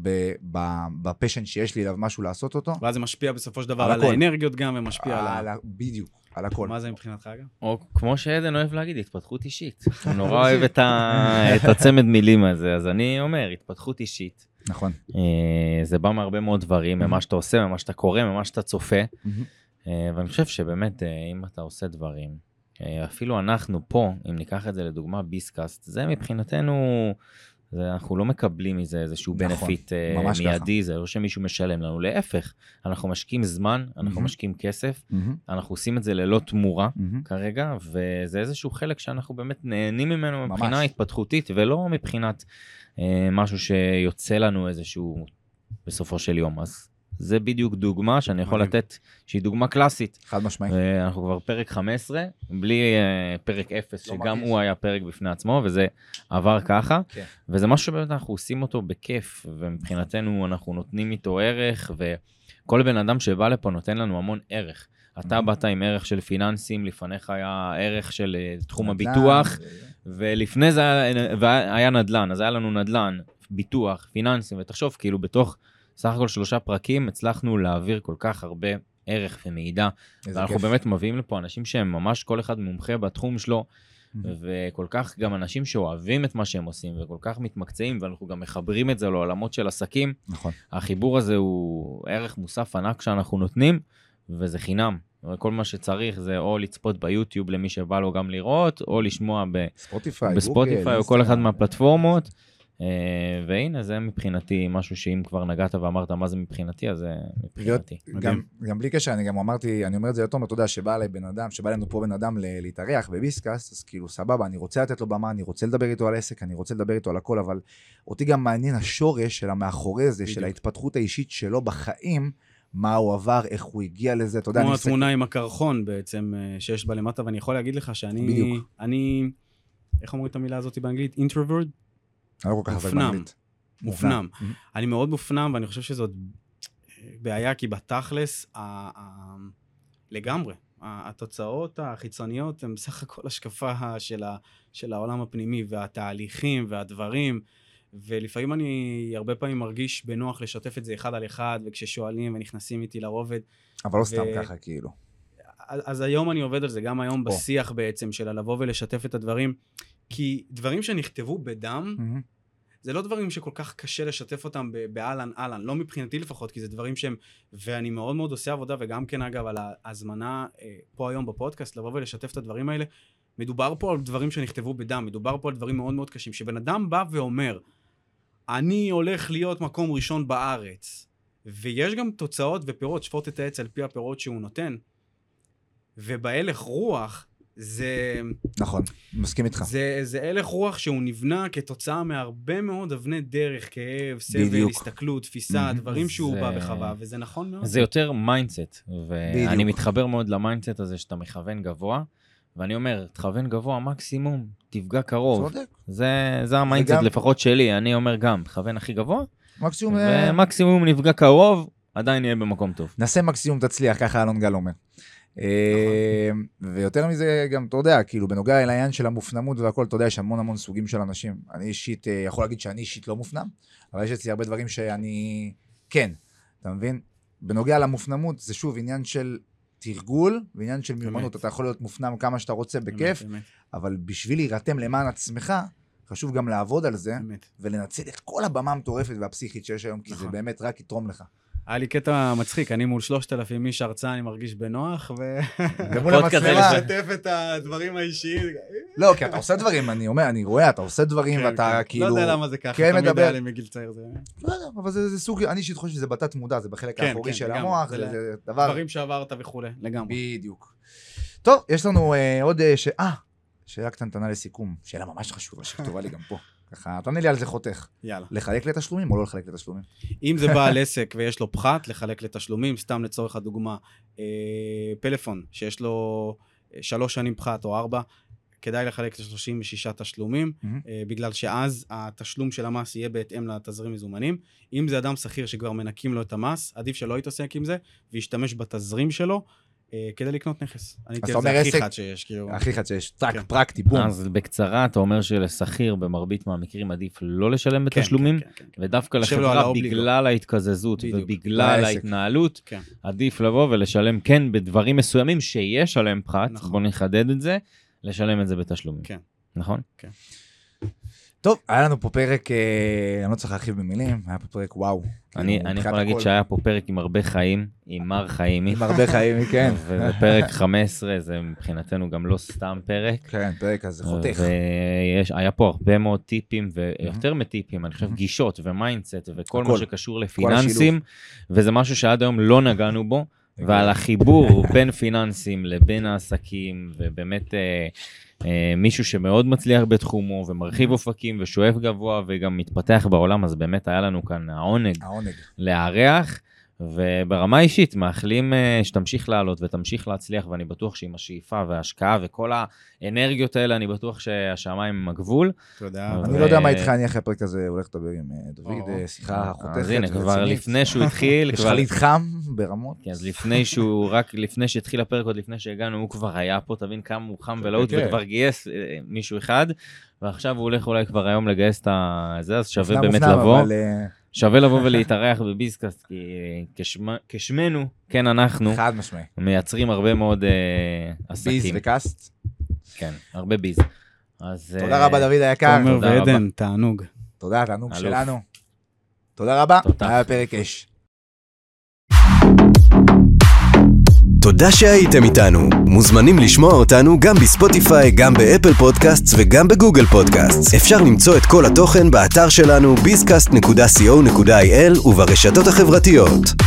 בפשן שיש לי אליו משהו לעשות אותו. ואז זה משפיע בסופו של דבר על, על האנרגיות גם, ומשפיע על, על ה... בדיוק, על הכל. מה זה מבחינתך אגב? או כמו שעדן אוהב להגיד, התפתחות אישית. הוא נורא אוהב את, ה... את הצמד מילים הזה, אז אני אומר, התפתחות אישית. נכון. זה בא מהרבה מאוד דברים, ממה שאתה עושה, ממה שאתה קורא, ממה שאתה צופה. ואני חושב שבאמת, אם אתה עושה דברים, אפילו אנחנו פה, אם ניקח את זה לדוגמה ביסקאסט, זה מבחינתנו... זה, אנחנו לא מקבלים מזה איזשהו נכון, בנפיט uh, מיידי, ככה. זה לא שמישהו משלם לנו, להפך, אנחנו משקיעים זמן, אנחנו mm-hmm. משקיעים כסף, mm-hmm. אנחנו עושים את זה ללא תמורה mm-hmm. כרגע, וזה איזשהו חלק שאנחנו באמת נהנים ממנו ממש. מבחינה התפתחותית, ולא מבחינת uh, משהו שיוצא לנו איזשהו בסופו של יום, אז זה בדיוק דוגמה שאני יכול לתת, שהיא דוגמה קלאסית. חד משמעית. אנחנו כבר פרק חמש עשרה, בלי uh, פרק אפס, שגם הוא היה פרק בפני עצמו, וזה עבר ככה, okay. וזה משהו שבאמת אנחנו עושים אותו בכיף, ומבחינתנו אנחנו נותנים איתו ערך, וכל בן אדם שבא לפה נותן לנו המון ערך. אתה באת עם ערך של פיננסים, לפניך היה ערך של תחום הביטוח, ולפני זה היה, היה נדלן, אז היה לנו נדלן, ביטוח, פיננסים, ותחשוב כאילו בתוך סך הכל שלושה פרקים הצלחנו להעביר כל כך הרבה ערך ומידע, ואנחנו כיף. באמת מביאים לפה אנשים שהם ממש כל אחד מומחה בתחום שלו, mm-hmm. וכל כך גם אנשים שאוהבים את מה שהם עושים, וכל כך מתמקצעים, ואנחנו גם מחברים את זה לעולמות של עסקים. נכון. החיבור הזה הוא ערך מוסף ענק שאנחנו נותנים, וזה חינם. כל מה שצריך זה או לצפות ביוטיוב למי שבא לו גם לראות, או לשמוע בספוטיפיי, בספוטיפיי או כל אחד מהפלטפורמות. והנה, זה מבחינתי משהו שאם כבר נגעת ואמרת מה זה מבחינתי, אז זה מבחינתי. גם, גם בלי קשר, אני גם אמרתי, אני אומר את זה יותר, אתה יודע, שבא אליי בן אדם, שבא אלינו פה בן אדם להתארח בביסקאסט, אז כאילו סבבה, אני רוצה לתת לו במה, אני רוצה לדבר איתו על עסק, אני רוצה לדבר איתו על הכל, אבל אותי גם מעניין השורש של המאחורי זה, של ההתפתחות האישית שלו בחיים, מה הוא עבר, איך הוא הגיע לזה, אתה יודע, כמו התמונה עם הקרחון בעצם, שיש בה למטה, ואני יכול להגיד לך שאני, אני, איך אומרים את המילה הזאת באנגלית? introvert? מופנם, מופנם. אני מאוד מופנם, ואני חושב שזאת בעיה, כי בתכלס, לגמרי, התוצאות החיצוניות הן בסך הכל השקפה של העולם הפנימי, והתהליכים והדברים, ולפעמים אני הרבה פעמים מרגיש בנוח לשתף את זה אחד על אחד, וכששואלים ונכנסים איתי לרובד. אבל לא סתם ככה, כאילו. אז היום אני עובד על זה, גם היום בשיח בעצם, של לבוא ולשתף את הדברים, כי דברים שנכתבו בדם, mm-hmm. זה לא דברים שכל כך קשה לשתף אותם באלן אלן, לא מבחינתי לפחות, כי זה דברים שהם, ואני מאוד מאוד עושה עבודה, וגם כן אגב על ההזמנה אה, פה היום בפודקאסט, לבוא ולשתף את הדברים האלה, מדובר פה על דברים שנכתבו בדם, מדובר פה על דברים מאוד מאוד קשים, שבן אדם בא ואומר, אני הולך להיות מקום ראשון בארץ, ויש גם תוצאות ופירות, שפוט את העץ על פי הפירות שהוא נותן, ובהלך רוח, זה... נכון, מסכים איתך. זה, זה הלך רוח שהוא נבנה כתוצאה מהרבה מאוד אבני דרך, כאב, סבל, הסתכלות, תפיסה, דברים שהוא זה... בא בחווה, וזה נכון מאוד. זה יותר מיינדסט, ואני בדיוק. מתחבר מאוד למיינדסט הזה שאתה מכוון גבוה, ואני אומר, תכוון גבוה, מקסימום, תפגע קרוב. צודק. זה, זה המיינדסט וגם... לפחות שלי, אני אומר גם, תכוון הכי גבוה, מקסימום, ומקסימום נפגע קרוב, עדיין יהיה במקום טוב. נעשה מקסימום תצליח, ככה אלון גל אומר. ויותר מזה גם, אתה יודע, כאילו בנוגע אל העניין של המופנמות והכל, אתה יודע, יש המון המון סוגים של אנשים. אני אישית, יכול להגיד שאני אישית לא מופנם, אבל יש אצלי הרבה דברים שאני כן, אתה מבין? בנוגע למופנמות, זה שוב עניין של תרגול, ועניין של מיומנות, אתה יכול להיות מופנם כמה שאתה רוצה בכיף, אבל בשביל להירתם למען עצמך, חשוב גם לעבוד על זה, ולנצל את כל הבמה המטורפת והפסיכית שיש היום, כי זה באמת רק יתרום לך. היה לי קטע מצחיק, אני מול שלושת אלפים איש הרצאה, אני מרגיש בנוח, ו... ומול המצלמה. לשתף את הדברים האישיים. לא, כי אתה עושה דברים, אני אומר, אני רואה, אתה עושה דברים, ואתה כאילו... לא יודע למה זה ככה, תמיד היה לי מגיל צעיר זה... לא יודע, אבל זה סוג, אני אישית חושב שזה בתת מודע, זה בחלק האחורי של המוח, זה דבר... דברים שעברת וכו', לגמרי. בדיוק. טוב, יש לנו עוד ש... אה, שאלה קטנטנה לסיכום, שאלה ממש חשובה, שכתובה לי גם פה. ככה, תענה לי על זה חותך. יאללה. לחלק לתשלומים או לא לחלק לתשלומים? אם זה בעל עסק ויש לו פחת, לחלק לתשלומים, סתם לצורך הדוגמה, אה, פלאפון שיש לו שלוש שנים פחת או ארבע, כדאי לחלק ל-שלושים ושישה תשלומים, mm-hmm. אה, בגלל שאז התשלום של המס יהיה בהתאם לתזרים מזומנים. אם זה אדם שכיר שכבר מנקים לו את המס, עדיף שלא יתעסק עם זה, וישתמש בתזרים שלו, כדי לקנות נכס. אני תראה, זה הכי חד שיש, כאילו. הכי חד שיש, טק, פרקטי, בום. אז בקצרה, אתה אומר שלשכיר במרבית מהמקרים עדיף לא לשלם בתשלומים, ודווקא לחברה בגלל ההתקזזות ובגלל ההתנהלות, עדיף לבוא ולשלם כן בדברים מסוימים שיש עליהם פחת, בוא נחדד את זה, לשלם את זה בתשלומים. נכון? כן. טוב, היה לנו פה פרק, אני לא צריך להרחיב במילים, היה פה פרק וואו. אני יכול להגיד שהיה פה פרק עם הרבה חיים, עם מר חיימי. עם הרבה חיימי, כן. וזה פרק חמש עשרה, זה מבחינתנו גם לא סתם פרק. כן, פרק הזה חותך. והיה פה הרבה מאוד טיפים, ויותר מטיפים, אני חושב גישות ומיינדסט, וכל מה שקשור לפיננסים, וזה משהו שעד היום לא נגענו בו, ועל החיבור בין פיננסים לבין העסקים, ובאמת... מישהו שמאוד מצליח בתחומו ומרחיב אופקים ושואף גבוה וגם מתפתח בעולם, אז באמת היה לנו כאן העונג, העונג. להריח, וברמה אישית מאחלים שתמשיך לעלות ותמשיך להצליח, ואני בטוח שעם השאיפה וההשקעה וכל האנרגיות האלה, אני בטוח שהשמיים הם הגבול. תודה. אני לא יודע מה איתך, אני אחרי הפרק הזה הולך לדבר עם דוד, שיחה חותכת. אז הנה, כבר לפני שהוא התחיל... יש לך להתחם ברמות. אז לפני שהוא, רק לפני שהתחיל הפרק, עוד לפני שהגענו, הוא כבר היה פה, תבין כמה הוא חם ולהוט, וכבר גייס מישהו אחד, ועכשיו הוא הולך אולי כבר היום לגייס את זה, אז שווה באמת לבוא. שווה לבוא ולהתארח בביזקאסט, כי כשמה, כשמנו, כן אנחנו, חד משמעי. מייצרים הרבה מאוד uh, עסקים. ביז וקאסט. כן, הרבה ביז. אז, תודה uh, רבה דוד היקר. תומר ועדן, תענוג. תודה, תענוג אלוף. שלנו. תודה רבה, היה פרק אש. תודה שהייתם איתנו. מוזמנים לשמוע אותנו גם בספוטיפיי, גם באפל פודקאסט וגם בגוגל פודקאסט. אפשר למצוא את כל התוכן באתר שלנו ביזקאסט נקודה סי או נקודה איי אל וברשתות החברתיות.